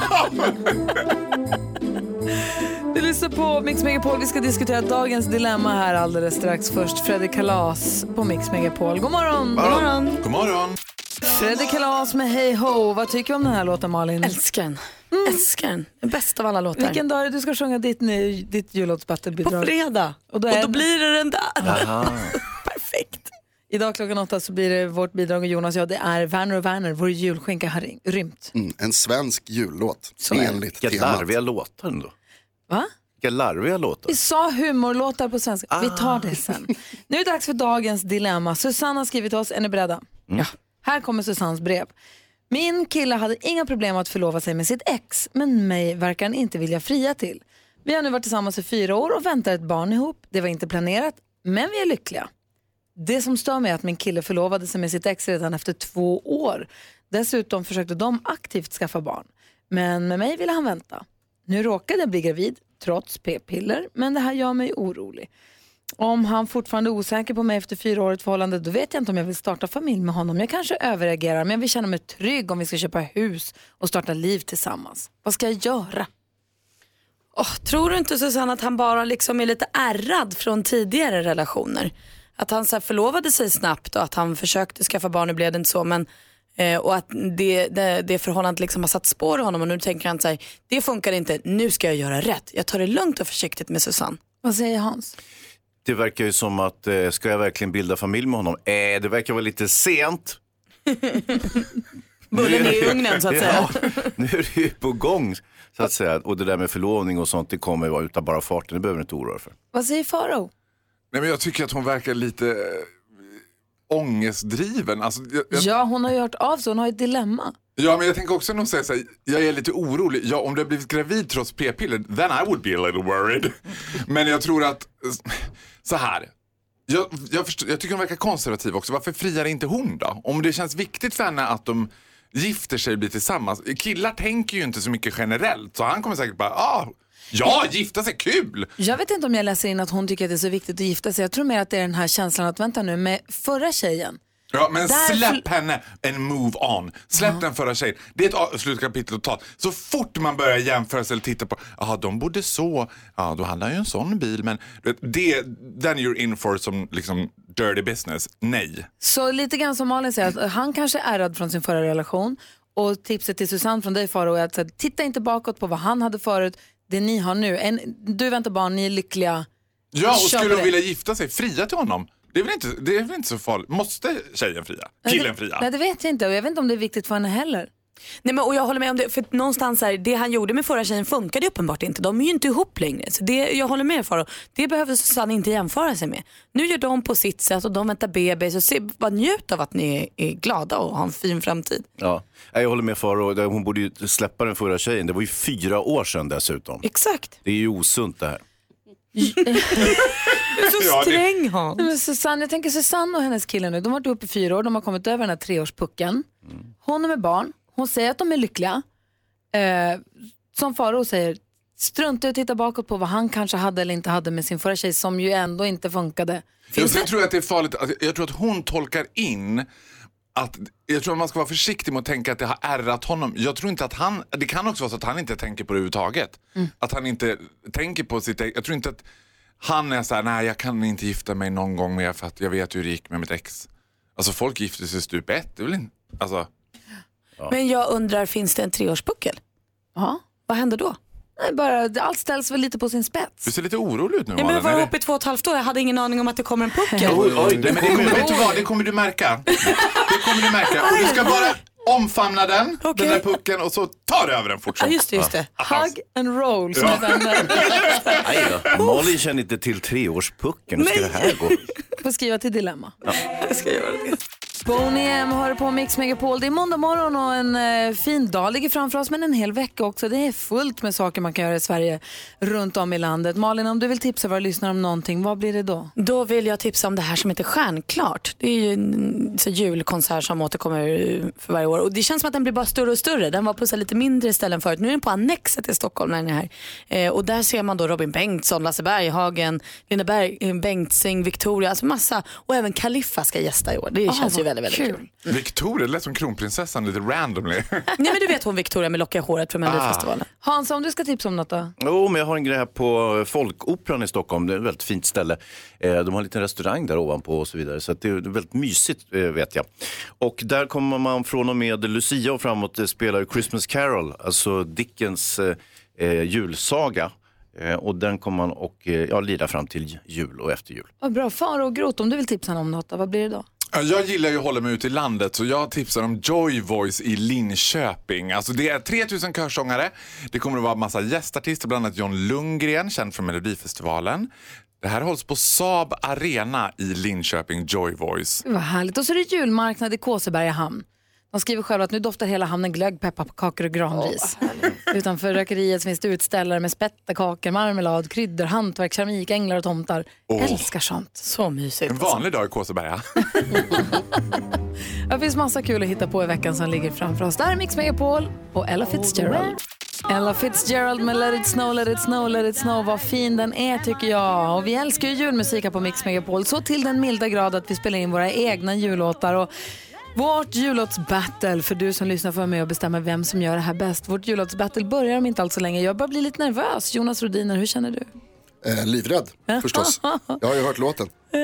Du lyssnar på Mix Megapol. Vi ska diskutera dagens dilemma här alldeles strax. Först Fredrik Kalas på Mix Megapol. God morgon. God morgon. God morgon. Fredrik Kalas med Hey Ho. Vad tycker du om den här låten, Malin? Älskar den. Mm. Älskar den. Den bästa av alla låtar. Vilken dag är det du ska sjunga ditt, ditt jullåtsbattelbidrag? På fredag. Och då, och är då det... blir det den där. Perfekt. Idag klockan åtta så blir det vårt bidrag, och Jonas, ja, det är Werner och Werner, vår julskinka har rymt. Mm, en svensk jullåt, så enligt temat. Vilka larviga låtar ändå. Va? Vilka larviga låtar. Vi sa humorlåtar på svenska. Ah. Vi tar det sen. Nu är det dags för dagens dilemma. Susanna har skrivit till oss. Är ni beredda? Mm. Ja. Här kommer Susannes brev. Min kille hade inga problem att förlova sig med sitt ex, men mig verkar han inte vilja fria till. Vi har nu varit tillsammans i fyra år och väntar ett barn ihop. Det var inte planerat, men vi är lyckliga. Det som stör mig är att min kille förlovade sig med sitt ex redan efter två år. Dessutom försökte de aktivt skaffa barn. Men med mig ville han vänta. Nu råkade jag bli gravid, trots p-piller, men det här gör mig orolig. Om han fortfarande är osäker på mig efter fyra år ett förhållande, då vet jag inte om jag vill starta familj med honom. Jag kanske överreagerar, men jag vill känna mig trygg om vi ska köpa hus och starta liv tillsammans. Vad ska jag göra? Oh, tror du inte, Susanne, att han bara liksom är lite ärrad från tidigare relationer? Att han så här förlovade sig snabbt och att han försökte skaffa barn och blev det inte så, men eh, och att det, det, det förhållandet liksom har satt spår i honom och nu tänker han så här, det funkar inte, nu ska jag göra rätt. Jag tar det lugnt och försiktigt med Susanne. Vad säger Hans? Det verkar ju som att, eh, ska jag verkligen bilda familj med honom? Eh, det verkar vara lite sent. Bullen är i ugnen så att säga. Ja, nu är det ju på gång så att säga. Och det där med förlovning och sånt, det kommer vara utan bara farten. Det behöver du inte oroa för. Vad säger Faro? Nej, men jag tycker att hon verkar lite äh, ångestdriven. Alltså, jag, jag... Ja, hon har ju hört av sig. Hon har ett dilemma. Ja, men jag tänker också när hon säger så här, jag är lite orolig. Ja, om du har blivit gravid trots p-piller, then I would be a little worried. Men jag tror att, så här, jag, jag, förstår, jag tycker hon verkar konservativ också. Varför friar inte hon då? Om det känns viktigt för henne att de gifter sig och blir tillsammans. Killar tänker ju inte så mycket generellt. Så han kommer säkert bara, ah, ja, gifta sig, kul! Jag vet inte om jag läser in att hon tycker att det är så viktigt att gifta sig. Jag tror mer att det är den här känslan att vänta nu med förra tjejen. Ja, men Där släpp henne en move on. Släpp uh-huh. den förra tjejen. Det är ett slutkapitel totalt. Så fort man börjar jämföra sig eller titta på, ja, de bodde så, ja, då handlar ju en sån bil, men det, then you're in for som liksom dirty business. Nej. Så lite grann som Malin säger, att han kanske är rädd från sin förra relation, och tipset till Susanne från dig, Faro, är att så, titta inte bakåt på vad han hade förut. Det ni har nu, en, du väntar barn, ni är lyckliga. Ja, och skulle de vilja gifta sig, fria till honom. Det är väl inte, det är väl inte så farligt. Måste tjejen fria? Killen fria? Nej, det vet jag inte. Och jag vet inte om det är viktigt för henne heller. Nej, men och jag håller med om det. För någonstans här, det han gjorde med förra tjejen funkade uppenbart inte. De är ju inte ihop längre. Så det, jag håller med Faro. Det behöver Susanne inte jämföra sig med. Nu gör de på sitt sätt och de väntar bebis. Så se, bara njut av att ni är, är glada och har en fin framtid. Ja, jag håller med Faro. Hon borde ju släppa den förra tjejen. Det var ju fyra år sedan dessutom. Exakt. Det är ju osunt det här. Du är så sträng, Hans. Men Susanne, jag tänker Susanne och hennes kille nu, de har varit uppe i fyra år, de har kommit över den här treårspucken. Hon är med barn, hon säger att de är lyckliga. Eh, som Faro säger, strunta och titta bakåt på vad han kanske hade eller inte hade med sin förra tjej som ju ändå inte funkade. Finns jag, det? tror att det är farligt. Jag tror att hon tolkar in att, jag tror att man ska vara försiktig med att tänka att det har ärrat honom. Jag tror inte att han, det kan också vara så att han inte tänker på det överhuvudtaget. Mm. Att han inte tänker på sitt, jag tror inte att han är så här, nej jag kan inte gifta mig någon gång mer för att jag vet hur det gick med mitt ex. Alltså folk gifter sig stup ett, det är väl inte, alltså. Ja. Men jag undrar, finns det en treårspuckel? Ja. Vad händer då? Nej, bara, allt ställs väl lite på sin spets. Du ser lite orolig ut nu. Ja, men jag var uppe i två och ett halvt år, jag hade ingen aning om att det kommer en puckel. Oj, oj, det, men det, kommer, vet du vad, det kommer du märka. Det kommer du märka. Och du ska bara omfamna den, okay. Den där pucken, och så tar du över den fort. Ja, just det, just det. Hug and roll som ja. Nej då, Molly känner inte till treårspucken. Hur ska det här gå? Får skriva till Dilemma. Ja. Jag ska göra det. Boney M har på Mix Megapol. Det är måndag morgon och en eh, fin dag ligger framför oss, men en hel vecka också. Det är fullt med saker man kan göra i Sverige runt om i landet. Malin, om du vill tipsa våra lyssnare om någonting, vad blir det då? Då vill jag tipsa om det här som heter Stjärnklart. Det är ju en så julkonsert som återkommer för varje år. Och det känns som att den blir bara större och större. Den var på så lite mindre ställen förut. Nu är den på Annexet i Stockholm när den är här. Eh, och där ser man då Robin Bengtsson, Lasse Berghagen, Linda Berg, Bengtzing, Victoria, alltså massa. Och även Kaliffa ska gästa i år. Det känns ju väldigt, väldigt kul. kul. Victoria, det lät som kronprinsessan lite randomly. Nej, men du vet hon Victoria med lockiga håret från Melodifestivalen. Ah. Hans, om du ska tipsa om något då? Jo, oh, men jag har en grej här på Folkoperan i Stockholm. Det är ett väldigt fint ställe. De har en liten restaurang där ovanpå och så vidare. Så det är väldigt mysigt, vet jag. Och där kommer man från och med Lucia och framåt spelar Christmas Carol. Alltså Dickens eh, julsaga. Eh, och den kommer man och eh, ja, lida fram till jul och efter jul. Vad bra. Faro och Grot, om du vill tipsa om något, vad blir det då? Jag gillar ju att hålla mig ute i landet, så jag tipsar om Joy Voice i Linköping. Alltså det är tre tusen körsångare. Det kommer att vara en massa gästartister, bland annat John Lundgren, känd från Melodifestivalen. Det här hålls på Saab Arena i Linköping, Joy Voice. Vad härligt. Och så är det julmarknad i Kåseberga hamn. De skriver själva att nu doftar hela hamnen glögg, pepparkakor och granris. Oh, utanför rökeriet finns det utställare med spettekakor, marmelad, kryddor, hantverk, keramik, änglar och tomtar. Oh. Älskar sånt. Så mysigt. En vanlig dag i Kåseberga. Det finns massa kul att hitta på i veckan som ligger framför oss. Där är Mix Megapol och Ella Fitzgerald. Ella Fitzgerald med Let It Snow, Let It Snow, Let It Snow. Vad fin den är tycker jag. Och vi älskar ju julmusik här på Mix Megapol. Så till den milda grad att vi spelar in våra egna jullåtar. Och vårt jullåtsbattle, för du som lyssnar får vara med och bestämma vem som gör det här bäst. Vårt jullåtsbattle börjar om inte alls så länge. Jag börjar bli lite nervös. Jonas Rodiner, hur känner du? Eh, livrädd, förstås. Jag har ju hört låten.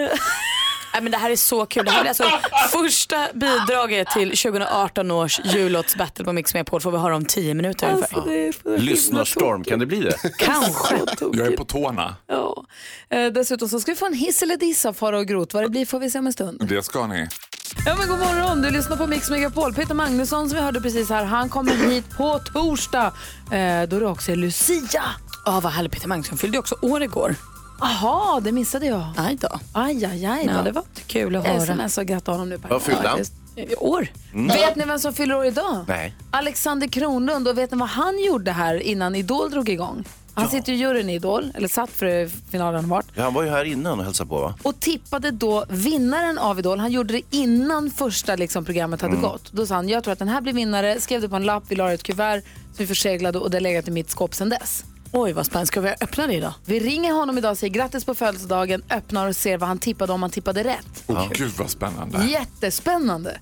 Nej, men det här är så kul. Det här är alltså första bidraget till tjugo arton års jullåtsbattle på Mix Megapol. Får vi höra om tio minuter alltså, ungefär. Lyssnarstorm, kan det bli det? Kanske. Jag är på tårna. Ja. Eh, dessutom så ska vi få en hiss eller diss av Faro och Grot. Vad det blir får vi se om en stund. Det ska ni. Ja, men god morgon, du lyssnar på Mix Megapol. Peter Magnusson som vi hörde precis här, han kommer hit på torsdag. Eh, då är det också Lucia. Ja, oh, vad härligt. Peter Magnusson fyllde också år igår. Aha, det missade jag. Aj då. Aj, aj, aj. Ja, det var kul att höra. Sms och gratta honom nu. Vad fyllde han? År. Mm. Vet ni vem som fyller år idag? Nej. Alexander Kronlund. Och vet ni vad han gjorde här innan Idol drog igång? Han ja. sitter i juryn i Idol, eller satt för finalen vart. Ja, han var ju här innan och hälsade på, va? Och tippade då vinnaren av Idol. Han gjorde det innan första liksom, programmet hade mm. gått. Då sa han, jag tror att den här blir vinnare. Skrev det på en lapp, vi la ett kuvert som vi förseglade och det legat i mitt skåp sedan dess. Oj, vad spännande. Ska vi öppna det idag? Vi ringer honom idag och säger grattis på födelsedagen, öppnar och ser vad han tippade om han tippade rätt. Åh, oh, gud vad spännande. Jättespännande.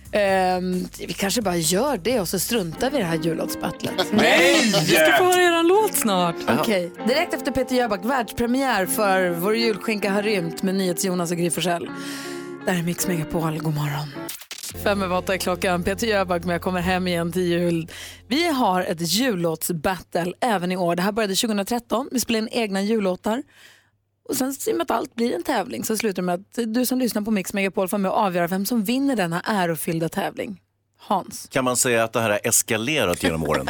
Um, vi kanske bara gör det och så struntar vi i det här jullåtsbattlet. Nej! Vi ska få höra er låt snart. Okej, okay. Direkt efter Peter Jöback, världspremiär för Vår julskinka har rymt med Nyhets Jonas och Gry Forssell. Där är Mix Megapol, god morgon. Fem över åtta är klockan. Peter Jöback med Jag kommer hem igen till jul. Vi har ett jullåtsbattle även i år. Det här började tjugohundratretton. Vi spelade in egna jullåtar. Och sen i och med att allt blir en tävling så slutar det med att du som lyssnar på Mix Megapol får med att avgöra vem som vinner denna ärofyllda tävling. Hans. Kan man säga att det här har eskalerat genom åren?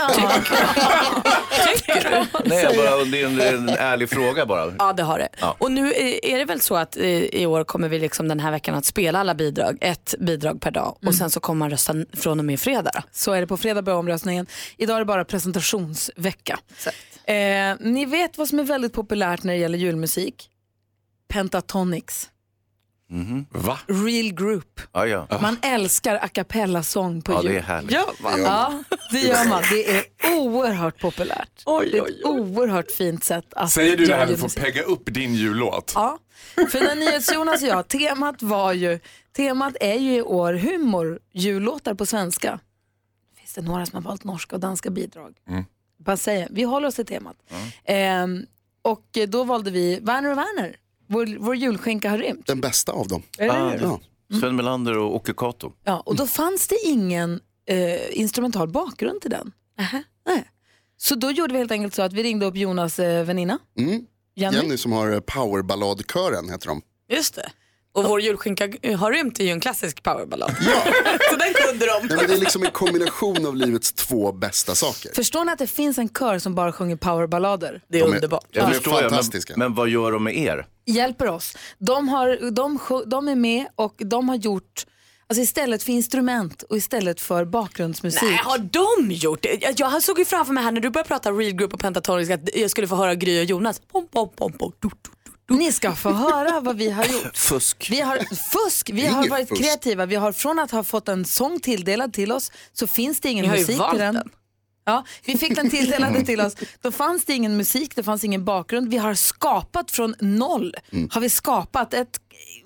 Tycker du? Nej, bara, det är en, en ärlig fråga bara. Ja, det har det. Ja. Och nu är det väl så att i år kommer vi liksom den här veckan att spela alla bidrag. Ett bidrag per dag. Mm. Och sen så kommer man rösta från och med fredag. Så är det på fredag börjar omröstningen. Idag är det bara presentationsvecka. Eh, ni vet vad som är väldigt populärt när det gäller julmusik? Pentatonix. Mm-hmm. Va? Real group. Ah, ja. Man älskar a cappella-sång på Ja, jul. det är härligt. Ja, ja, det gör man. Det är oerhört populärt. Oj, det är ett oerhört fint sätt att Säger du det här göra för att julmusik. pegga upp din jullåt? Ja, för när NyhetsJonas och jag, temat var ju, temat är ju i år humor, jullåtar på svenska. Finns det några som har valt norska och danska bidrag? Mm. Bara säga, vi håller oss till temat. Ehm, och då valde vi Werner och Werner. Vår, vår julskinka har rymt. Den bästa av dem. Eller hur? Ja. Sven Melander och Åke Kato. Ja, och då fanns det ingen eh, instrumental bakgrund till den. Aha. Nej. Så då gjorde vi helt enkelt så att vi ringde upp Jonas eh, väninna. Mm. Jenny. Jenny som har powerballadkören heter de. Just det. Och vår julskinka har rymt är ju en klassisk powerballad. Ja. Så den kunde de. Nej, men det är liksom en kombination av livets två bästa saker. Förstår ni att det finns en kör som bara sjunger powerballader? Det är De är- underbart. de är Jag förstår, jag, fantastiska. men, men vad gör de med er? Hjälper oss. De, har, de, sj- de är med och de har gjort, alltså istället för instrument och istället för bakgrundsmusik. Nej, har de gjort det? Jag, jag såg ju framför mig här när du började prata real group och pentatonisk att jag skulle få höra Gry och Jonas. Pom, pom, pom, pom, du, du. Ni ska få höra vad vi har gjort. Fusk. Vi har, fusk. Vi har Inget varit fusk. kreativa. Vi har från att ha fått en sång tilldelad till oss så finns det ingen Ni har ju musik valt till den. den. Ja, vi fick den tilldelad till oss. Då fanns det ingen musik, det fanns ingen bakgrund. Vi har skapat från noll. Mm. Har vi skapat ett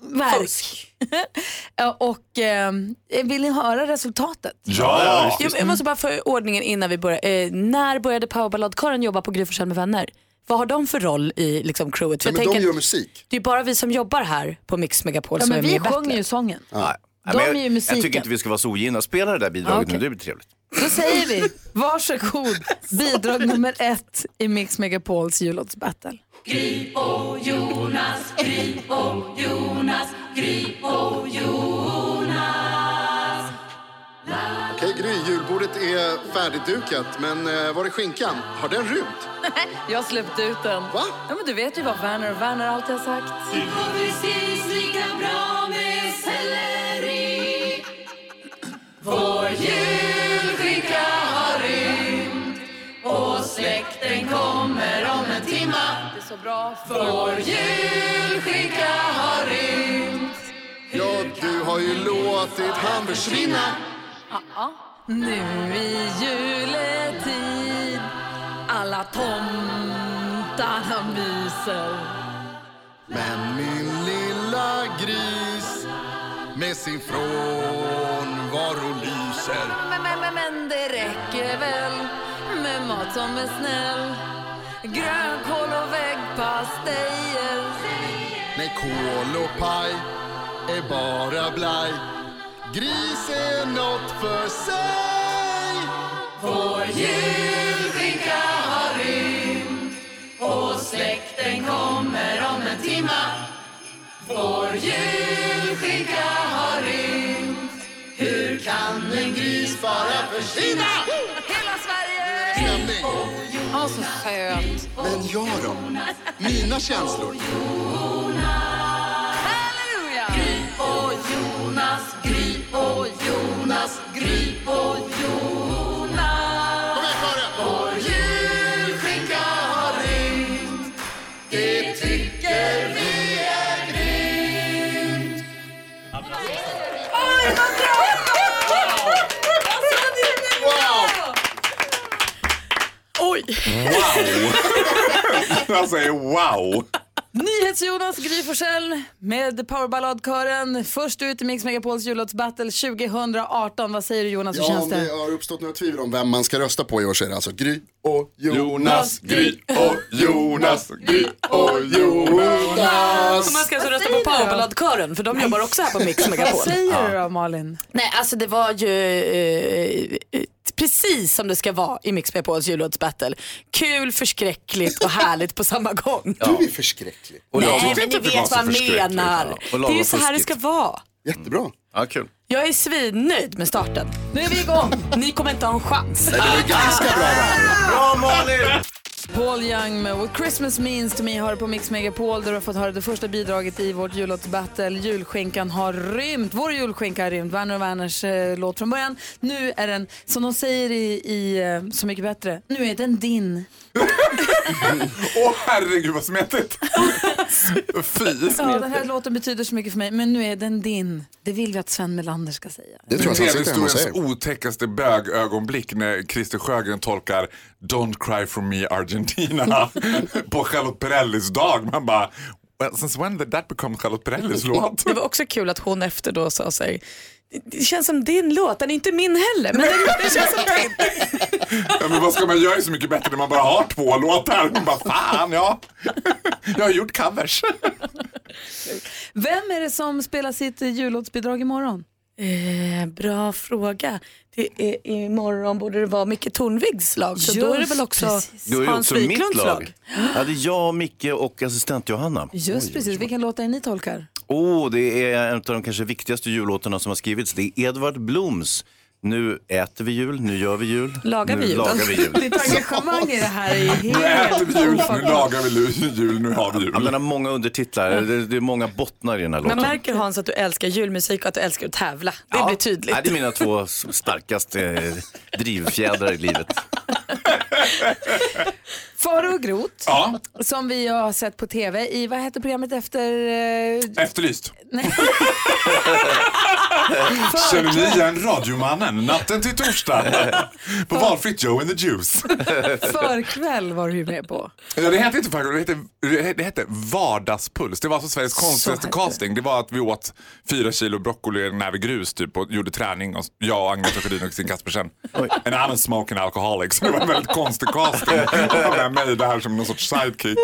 verk. Ja, och eh, vill ni höra resultatet? Ja! Jag, jag måste bara få ordningen innan vi börjar. Eh, när började powerballadkören jobba på Gry Forssell med vänner? Vad har de för roll i liksom, crewet? För Nej, jag men de tänker gör att musik. det är bara vi som jobbar här på Mix Megapol Ja, som men är med vi i Battler. sjunger ju sången. Nej, De men är ju jag, musiken. jag tycker inte vi ska vara så ogina. Spela det där bidraget Ja, okej. nu, det blir trevligt. Då säger vi, varsågod, bidrag nummer ett i Mix Megapols jullåtsbattle. Gry och Jonas, Gry och Jonas, Gry och Jonas. Okej Gry, julbordet är färdigdukat. Men eh, var är skinkan? Har den rymt? Jag släppte ut den. Va? Ja, men du vet ju vad Werner och Werner alltid har sagt. Det går precis lika bra med selleri. Vår julskinka har rymt och släkten kommer om en timma. Det är så bra. Vår julskinka har rymt. Ja, du har ju låtit han försvinna. Ja, nu i juletid alla tomtarna myser. Men min lilla gris med sin frånvaro lyser. Men, men, men, men det räcker väl med mat som är snäll. Grönkål och väggpastejer. Nej, kål och paj är bara blaj. Gris är något för sig. Vår julskinka har rymt och släkten kommer om en timma. Vår julskinka har rymt. Hur kan en gris bara försvinna? Hela Sverige! Stämning. Åh, så söt. Men jag då? Mina känslor. Halleluja! Gry och Jonas, Gry och Jonas, Gry och Jonas. Vår julskinka har rymt. Det tycker vi är grymt. Oj, vad bra! Wow! Oj! Wow! Jag säger wow! NyhetsJonas, Gry Forssell med powerballadkören. Först ut i Mix Megapols jullåtsbattle tjugo arton. Vad säger du Jonas, hur Ja, känns om det? det har uppstått några tvivel om vem man ska rösta på i år så är det alltså Gry och Jonas. Jonas, Gry och Jonas, Gry och Jonas. Och man ska alltså rösta på powerballadkören för de jobbar också här på Mix Megapol. Vad säger du då Malin? Nej, alltså det var ju eh, eh, precis som det ska vara i Mix Megapols jullåtsbattle. Kul, förskräckligt och härligt på samma gång. Du är förskräcklig. Och jag Nej, tyckte men ni inte det var vet så vad jag förskräckligt. menar. Ja, och Det är lagom ju så här det fuskigt. ska vara. Jättebra. Ja, kul. Jag är svinnöjd med starten. Nu är vi igång! Ni kommer inte ha en chans. Nej, det var ganska bra där. Bra Malin! Paul Young med What Christmas Means to Me har på Mix Megapol där du har fått höra det första bidraget i vårt jullåtsbattle. Julskinkan har rymt. Vår julskinka har rymt. Werner och Werners eh, låt från början. Nu är den, som de säger i, i eh, Så mycket bättre, nu är den din. Åh oh, herregud vad smetigt. Fy. Ja, den här låten betyder så mycket för mig, men nu är den din. Det vill vi att Sven Melander ska säga. Det tror jag är historiens otäckaste bögögonblick när Christer Sjögren tolkar Don't cry for me Argentina på Charlotte Perrellis dag. Man bara, well, since when did that become Charlotte Perrellis låt? Det var också kul att hon efter då sa sig, det känns som din låt, den är inte min heller, men det, det känns som din. Ja, men vad ska man göra så mycket bättre när man bara har två låtar? Man bara, fan ja, jag har gjort covers. Vem är det som spelar sitt jullåtsbidrag imorgon? Eh, bra fråga. Det är imorgon borde det vara Micke Tornvigs lag, så Just då är det väl också precis. Då är det Hans också mitt Wiklunds lag. lag. Ja, det är jag, Micke och assistent Johanna. Just Oj, precis, vilken låt är det ni tolkar? Åh, oh, det är en av de kanske viktigaste jullåtarna som har skrivits. Det är Edvard Bloms. Nu äter vi jul, nu gör vi jul. Lagar nu vi jul. lagar vi jul. Ditt engagemang i det här är helt... Nu äter vi jul, nu lagar vi jul, nu har vi jul. Ja, den har många undertitlar, det, det är många bottnar i den här låten. Man märker, Hans, att du älskar julmusik och att du älskar att tävla. Det Ja, blir tydligt. nej, det är mina två starkaste eh, drivfjädrar i livet. Faro och Grot, Ja. som vi har sett på tv i, vad heter programmet efter... Eh... Efterlyst. Nej. Känner ni igen radiomannen natten till torsdag på valfritt Joe and the Juice? Förkväll var du med på. Ja, det hette inte förkväll, det hette, det hette Vardagspuls. Det var alltså Sveriges konstigaste casting. Det var att vi åt fyra kilo broccoli och en näve grus typ, och gjorde träning. Och jag och Agneta Sjödin och Kristin Kaspersen. And I'm a smoking alcoholic. Så det var en väldigt konstig casting. Och med mig det här som någon sorts sidekick.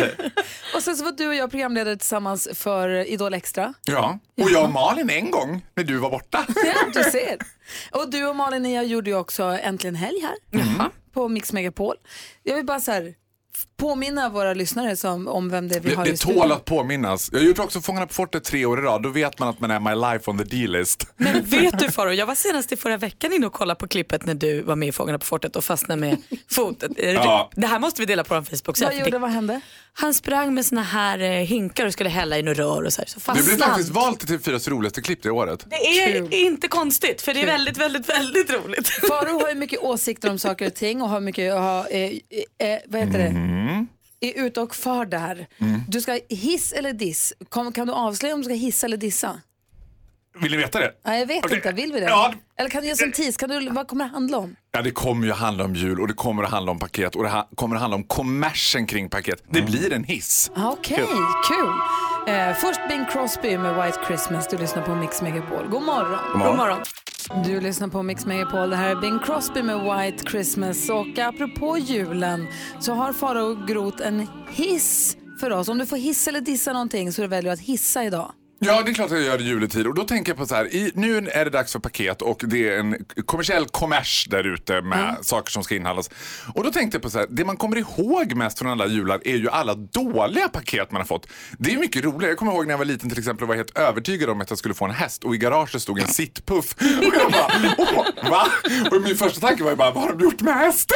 Och sen så var du och jag programledare tillsammans för Idol Extra. Ja, och jag och Malin en gång när du var borta. Ja, du ser. Och du och Malin, ni gjorde ju också Äntligen helg här mm. på Mix Megapol. Jag vill bara så här påminna våra lyssnare som, om vem det är vi det, har det i studion. tål att påminnas. Jag har gjort också Fångarna på fortet tre år i rad. Då vet man att man är my life on the D-list. Men vet du, Faro, jag var senast i förra veckan inne och kollade på klippet när du var med i Fångarna på fortet och fastnade med fotet. Ja. Det här måste vi dela på vår Facebook. Vad gjorde, vad hände? Han sprang med såna här eh, hinkar och skulle hälla i några rör och så här. Så det blev fastnade. faktiskt valt till fyras roligaste klipp det året. Det är Kul. inte konstigt, för det är väldigt, väldigt, väldigt roligt. Faro har ju mycket åsikter om saker och ting och har mycket, ha, eh, eh, vad heter det? Mm. Är ute och för där. Mm. Du ska hiss eller diss. Kan, kan du avslöja om du ska hissa eller dissa? Vill ni veta det? Nej, jag vet okay. inte. Vill vi det? Ja. Eller kan du ge som tis? Kan du, vad kommer det handla om? Ja, det kommer ju handla om jul och det kommer att handla om paket och det ha- kommer att handla om kommersen kring paket. Det mm. blir en hiss. Okej, okay, kul. Cool. Eh, först Bing Crosby med White Christmas. Du lyssnar på Mix Megapol. God morgon. God morgon. God morgon. Du lyssnar på Mix Megapol. Det här är Bing Crosby med White Christmas. Och apropå julen så har Faro Grot en hiss för oss. Om du får hissa eller dissa någonting så väljer du att hissa idag. Ja, det är klart att jag gör det juletid. Och då tänker jag på så här, i, nu är det dags för paket och det är en kommersiell kommers där ute med mm. saker som ska inhandlas. Och då tänkte jag på så här, det man kommer ihåg mest från alla jular är ju alla dåliga paket man har fått. Det är mycket roligt. Jag kommer ihåg när jag var liten till exempel och var helt övertygad om att jag skulle få en häst och i garaget stod en sittpuff. Och jag bara, åh, va? Och min första tanke var ju bara, vad har de gjort med hästen?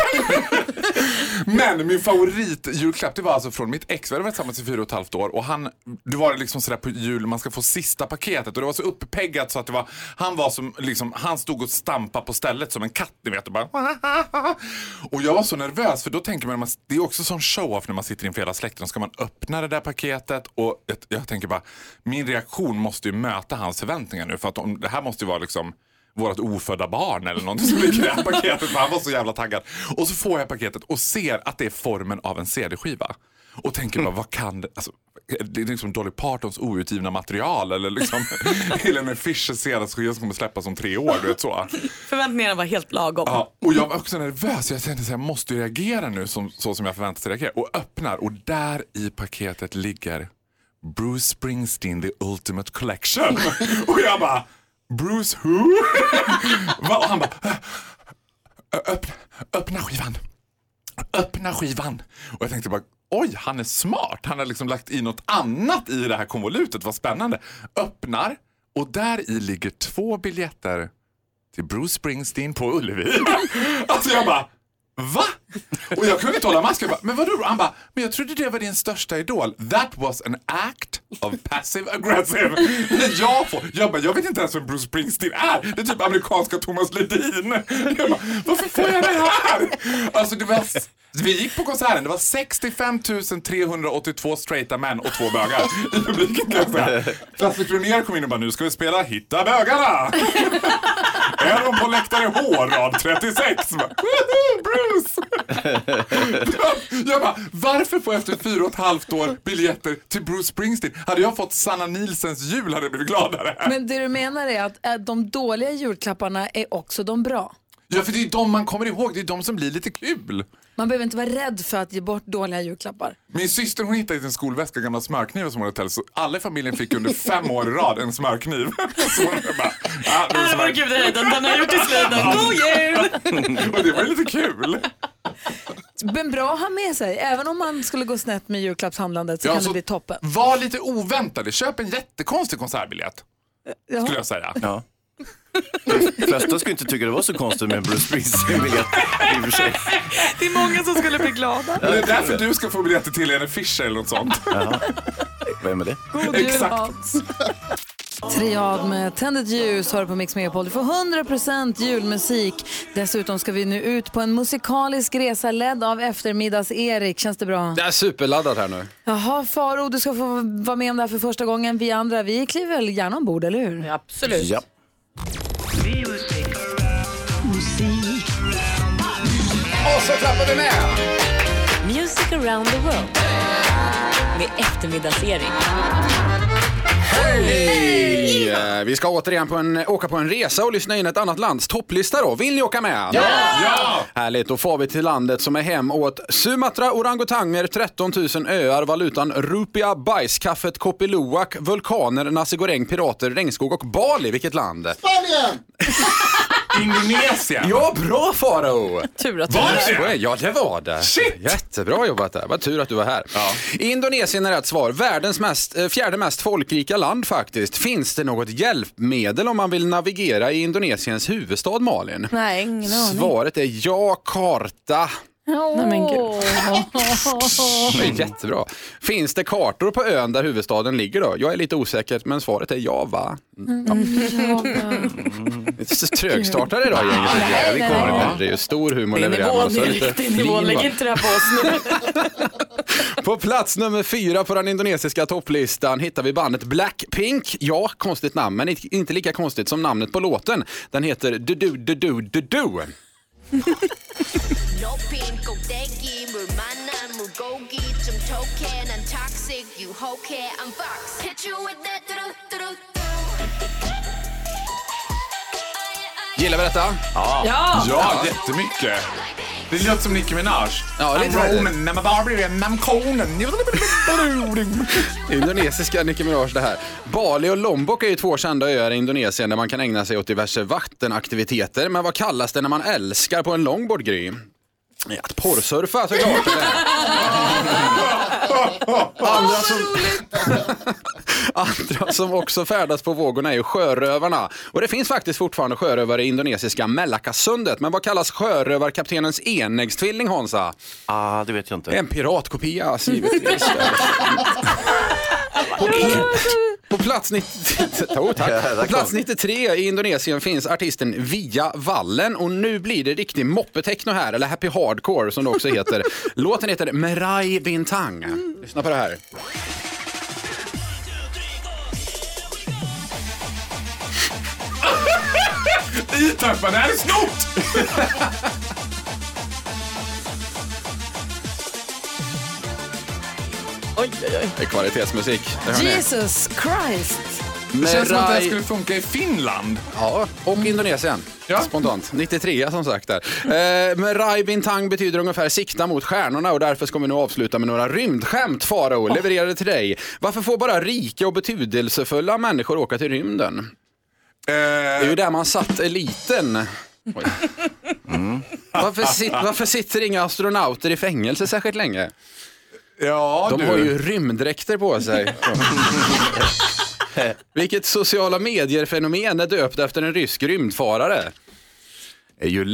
Men min favorit julklapp, det var alltså från mitt ex. Vi hade varit tillsammans i fyra och ett halvt år och han, det var liksom sådär på jul, man ska få sista paketet och det var så uppepeggat så att det var, han var som liksom, han stod och stampade på stället som en katt, ni vet, och bara och jag var så nervös för då tänker man, det är också sån show-off när man sitter inför hela släkten och ska man öppna det där paketet och jag, jag tänker bara, min reaktion måste ju möta hans förväntningar nu för att om, det här måste ju vara liksom vårat ofödda barn eller någonting som ligger i det här paketet, för han var så jävla taggad. Och så får jag paketet och ser att det är formen av en C D-skiva. Och tänker bara, vad kan det, alltså, det är liksom Dolly Partons outgivna material eller liksom Helena Fischers senaste skiva som kommer släppas om tre år, du vet så. Förväntningarna var helt lagom. Ja, och jag var också nervös, jag tänkte så jag måste ju reagera nu som, så som jag förväntar mig reagera. Och öppnar, och där i paketet ligger Bruce Springsteen The Ultimate Collection. Och jag bara, Bruce who? Va? Och han bara, öppna, öppna skivan. Öppna skivan. Och jag tänkte bara, oj, han är smart. Han har liksom lagt in något annat i det här konvolutet. Vad spännande. Öppnar, och där i ligger två biljetter till Bruce Springsteen på Ullevi. Alltså jag bara, va? Och jag kunde inte hålla masken. Men vadå? Han bara, men jag trodde det var din största idol. That was an act of passive aggressive. Jag får, jag bara, jag vet inte ens vem Bruce Springsteen är. Det är typ amerikanska Thomas Ledin. Jag bara, varför får jag det här? Alltså det var Vi gick på konserten, det var sextiofem tusen trehundraåttiotvå straighta män och två bögar i publiken, kan jag säga. Plötsligt Brunier kom in och bara, nu ska vi spela Hitta bögarna. Är de på läktare H, rad trettiosex? Bara, Bruce! Jag bara, varför får jag efter fyra och ett halvt år biljetter till Bruce Springsteen? Hade jag fått Sanna Nilsens jul hade jag blivit gladare. Men det du menar är att äh, de dåliga julklapparna är också de bra? Ja, för det är de man kommer ihåg, det är de som blir lite kul. Man behöver inte vara rädd för att ge bort dåliga julklappar. Min syster, hon hittade i sin skolväska gamla smörknivar som hon hade tält, så alla i familjen fick under fem år i rad en smörkniv. Så hon bara, ah, det ah, var gud det den, den har gjort i sliden. God jul! Och det var lite kul. Men bra att ha med sig, även om man skulle gå snett med julklappshandlandet så ja, kan så det bli toppen. Var lite oväntade, köp en jättekonstig konsertbiljett. Ja. Skulle jag säga. Ja. De flesta skulle inte tycka det var så konstigt med en Bruce Springsteen-biljett i och för sig. Det är många som skulle bli glada. Det är därför du ska få biljetter till Helene Fischer eller något sånt. Jaha. Vem är det? God jul, Hans. Triad med Tändet ljus har du på Mix Megapol. Du får hundra procent julmusik. Dessutom ska vi nu ut på en musikalisk resa ledd av eftermiddags-Erik. Känns det bra? Det är superladdat här nu. Jaha, Faro, du ska få vara med om det här för första gången. Vi andra, vi kliver väl gärna ombord, eller hur? Ja, absolut. Ja. Och så klappar vi med! Music around the world med eftermiddags-Erik. Hej! Vi ska återigen på en, åka på en resa och lyssna in ett annat lands topplista då. Vill ni åka med? Ja! Ja! Härligt, då får vi till landet som är hem åt Sumatra, orangutanger, tretton tusen öar, valutan rupia, bajskaffet, kopiluak, vulkaner, nasi goreng, pirater, regnskog och Bali. Vilket land? Spanien! Indonesien. Ja, bra Farao. Tur att du var det. Ja, det var det. Shit. Jättebra jobbat där. Vad tur att du var här. Ja. Indonesien är rätt svar. Världens mest, fjärde mest folkrika land faktiskt. Finns det något hjälpmedel om man vill navigera i Indonesiens huvudstad Malin? Nej, ingen aning. Svaret är ja, karta. Oh. Nej, men gud. Det är jättebra. Finns det kartor på ön där huvudstaden ligger då? Jag är lite osäker, men svaret är ja, va? Mm. Mm. Det är så trögstartare idag, gänget. Nej, vi kommer nej. Det är ju stor humor levererar. Det är riktigt nivå, lägg inte det här på oss nu. På plats nummer fyra på den indonesiska topplistan hittar vi bandet Blackpink. Ja, konstigt namn, men inte lika konstigt som namnet på låten. Den heter Du Du Du Du Du Du. Gillar vi detta? Ja, ja. ja jättemycket. Det låter som Nicki Minaj. Ja, lite Roman, när man bara blir en namnkonen. Indonesiska Nicki Minaj det här. Bali och Lombok är ju två kända öar i Indonesien där man kan ägna sig åt diverse vattenaktiviteter. Men vad kallas det när man älskar på en longboardgrej? Ja, att porrsurfa såklart. Andra som, andra som också färdas på vågorna är ju sjörövarna. Och det finns faktiskt fortfarande sjörövare i indonesiska Melakasundet. Men vad kallas sjörövarkaptenens enäggstvilling, Hansa? Ah, det vet jag inte. En piratkopia, givetvis. På, på, plats nittio, oh, tack. På plats nittiotre i Indonesien finns artisten Via Vallen. Och nu blir det riktig moppetechno här, eller happy hardcore som det också heter. Låten heter Merai Bintang. Lyssna på det här. Itöppen, det här är snott! Oj, oj, oj. Det är kvalitetsmusik. Det Jesus Christ. Det känns som att det här skulle funka i Finland. Ja, och Indonesien. Ja. Spontant. nittiotre som sagt där. Eh, Merai Bintang betyder ungefär sikta mot stjärnorna och därför ska vi nu avsluta med några rymdskämt. Farao, oh. levererade till dig. Varför får bara rika och betydelsefulla människor åka till rymden? Eh. Det är ju där man satt eliten. Oj. Mm. Varför, sit, varför sitter inga astronauter i fängelse särskilt länge? Ja, De du. har ju rymddräkter på sig. Vilket sociala medier-fenomen är döpt efter en rysk rymdfarare? Det är ju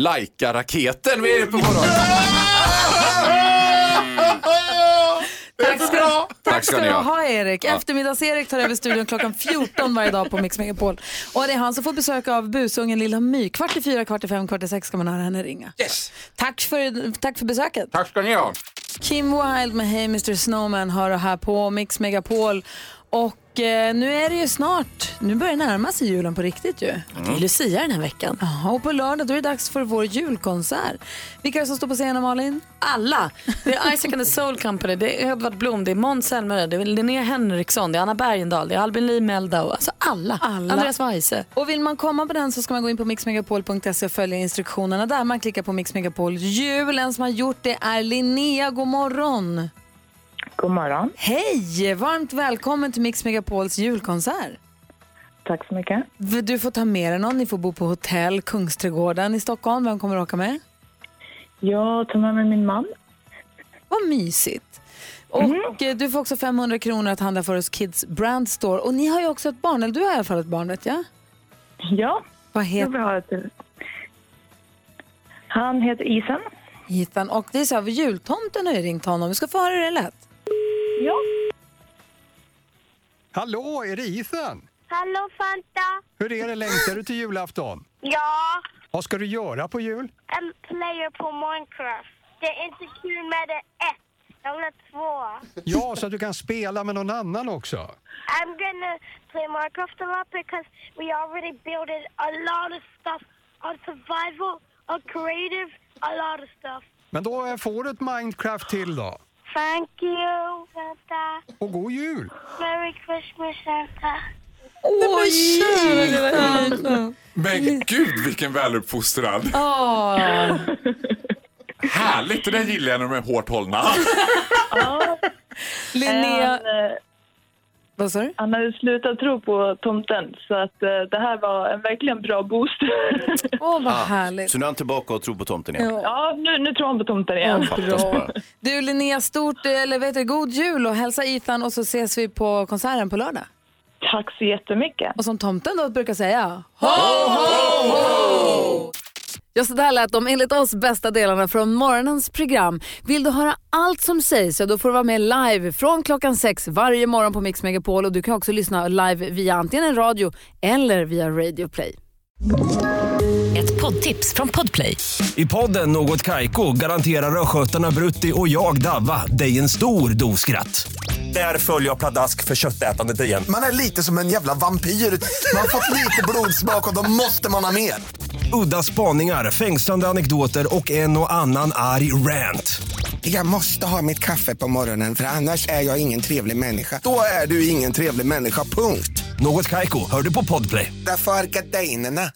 Laika-raketen vi är på morgon. Tack ska, Ja, Tack ska du ha, Erik. Eftermiddags-Erik tar över studion klockan fjorton varje dag på Mix Megapol. Och det är han som får besök av busungen Lilla My. Kvart i fyra, kvart i fem, kvart i sex ska man höra henne ringa. Yes. Tack för, tack för besöket. Tack ska ni ha. Kim Wilde med Hey mister Snowman har det här på Mix Megapol. Och eh, nu är det ju snart, nu börjar det närma sig julen på riktigt ju. Mm. Det är Lucia den här veckan. Ja, och på lördag då är det dags för vår julkonsert. Vilka är det som står på scenen, Malin? Alla. Det är Isaac and the Soul Company, det är Edvard Blom, det är Måns Zelmerlöw, det är Linnea Henriksson, det är Anna Bergendahl, det är Albin Lee Meldau. Alltså alla. alla. Andreas Weise. Och vill man komma på den så ska man gå in på mix megapol punkt se och följa instruktionerna där. Man klickar på Mix Megapol jul. En som har gjort det är Linnea. God morgon. God morgon. Hej! Varmt välkommen till Mix Megapols julkonsert. Tack så mycket. Du får ta med dig någon. Ni får bo på hotell Kungsträdgården i Stockholm. Vem kommer att åka med? Jag tar med mig min man. Vad mysigt. Och mm. du får också femhundra kronor att handla för oss Kids Brand Store. Och ni har ju också ett barn, eller du har i alla fall ett barn, vet jag? Ja. Vad heter jag har ett... Han heter Ethan. Ethan. Och det är så här, jultomten har ju ringt honom. Vi ska få höra det lätt. Ja. Hallå, är det Ethan? Hallå Fanta. Hur är det, längtar du till julafton? Ja. Vad ska du göra på jul? En player på Minecraft. Det är inte kul med det ett. Jag vill ha två. Ja, så att du kan spela med någon annan också. I'm gonna play Minecraft a lot because we already built a lot of stuff on survival, on creative, a lot of stuff. Men då får du ett Minecraft till då. Thank you, Santa. Och god jul. Merry Christmas, Santa. Oj, men gud, vilken väluppfostrad. Oh. Härligt, det där gillar jag när de är hårt hållna. Ja. Linnea... En, vad sa du? Han hade slutat tro på tomten, så att uh, det här var en verkligen bra boost. Åh, oh, vad ah, härligt. Så nu är han tillbaka och tror på tomten igen? Ja, nu, nu tror han på tomten igen. Oh, bra. Du Linnea, stort, eller vet du, god jul och hälsa Ethan och så ses vi på konserten på lördag. Tack så jättemycket. Och som tomten då brukar säga, ho, ho, ho! Ja, så där lät de enligt oss bästa delarna från morgonens program. Vill du höra allt som sägs så då får du vara med live från klockan sex varje morgon på Mix Megapol. Och du kan också lyssna live via antingen en radio eller via Radio Play. Ett poddtips från Podplay. I podden Något Kaiko garanterar röskötarna Brutti och jag Davva dig en stor doskratt. Där följer jag pladask för köttätandet igen. Man är lite som en jävla vampyr. Man har fått lite blodsmak och då måste man ha mer. Udda spaningar, fängslande anekdoter och en och annan arg rant. Jag måste ha mitt kaffe på morgonen för annars är jag ingen trevlig människa. Då är du ingen trevlig människa, punkt. Något Kaiko, hör du på Podplay. Därför är gardinerna.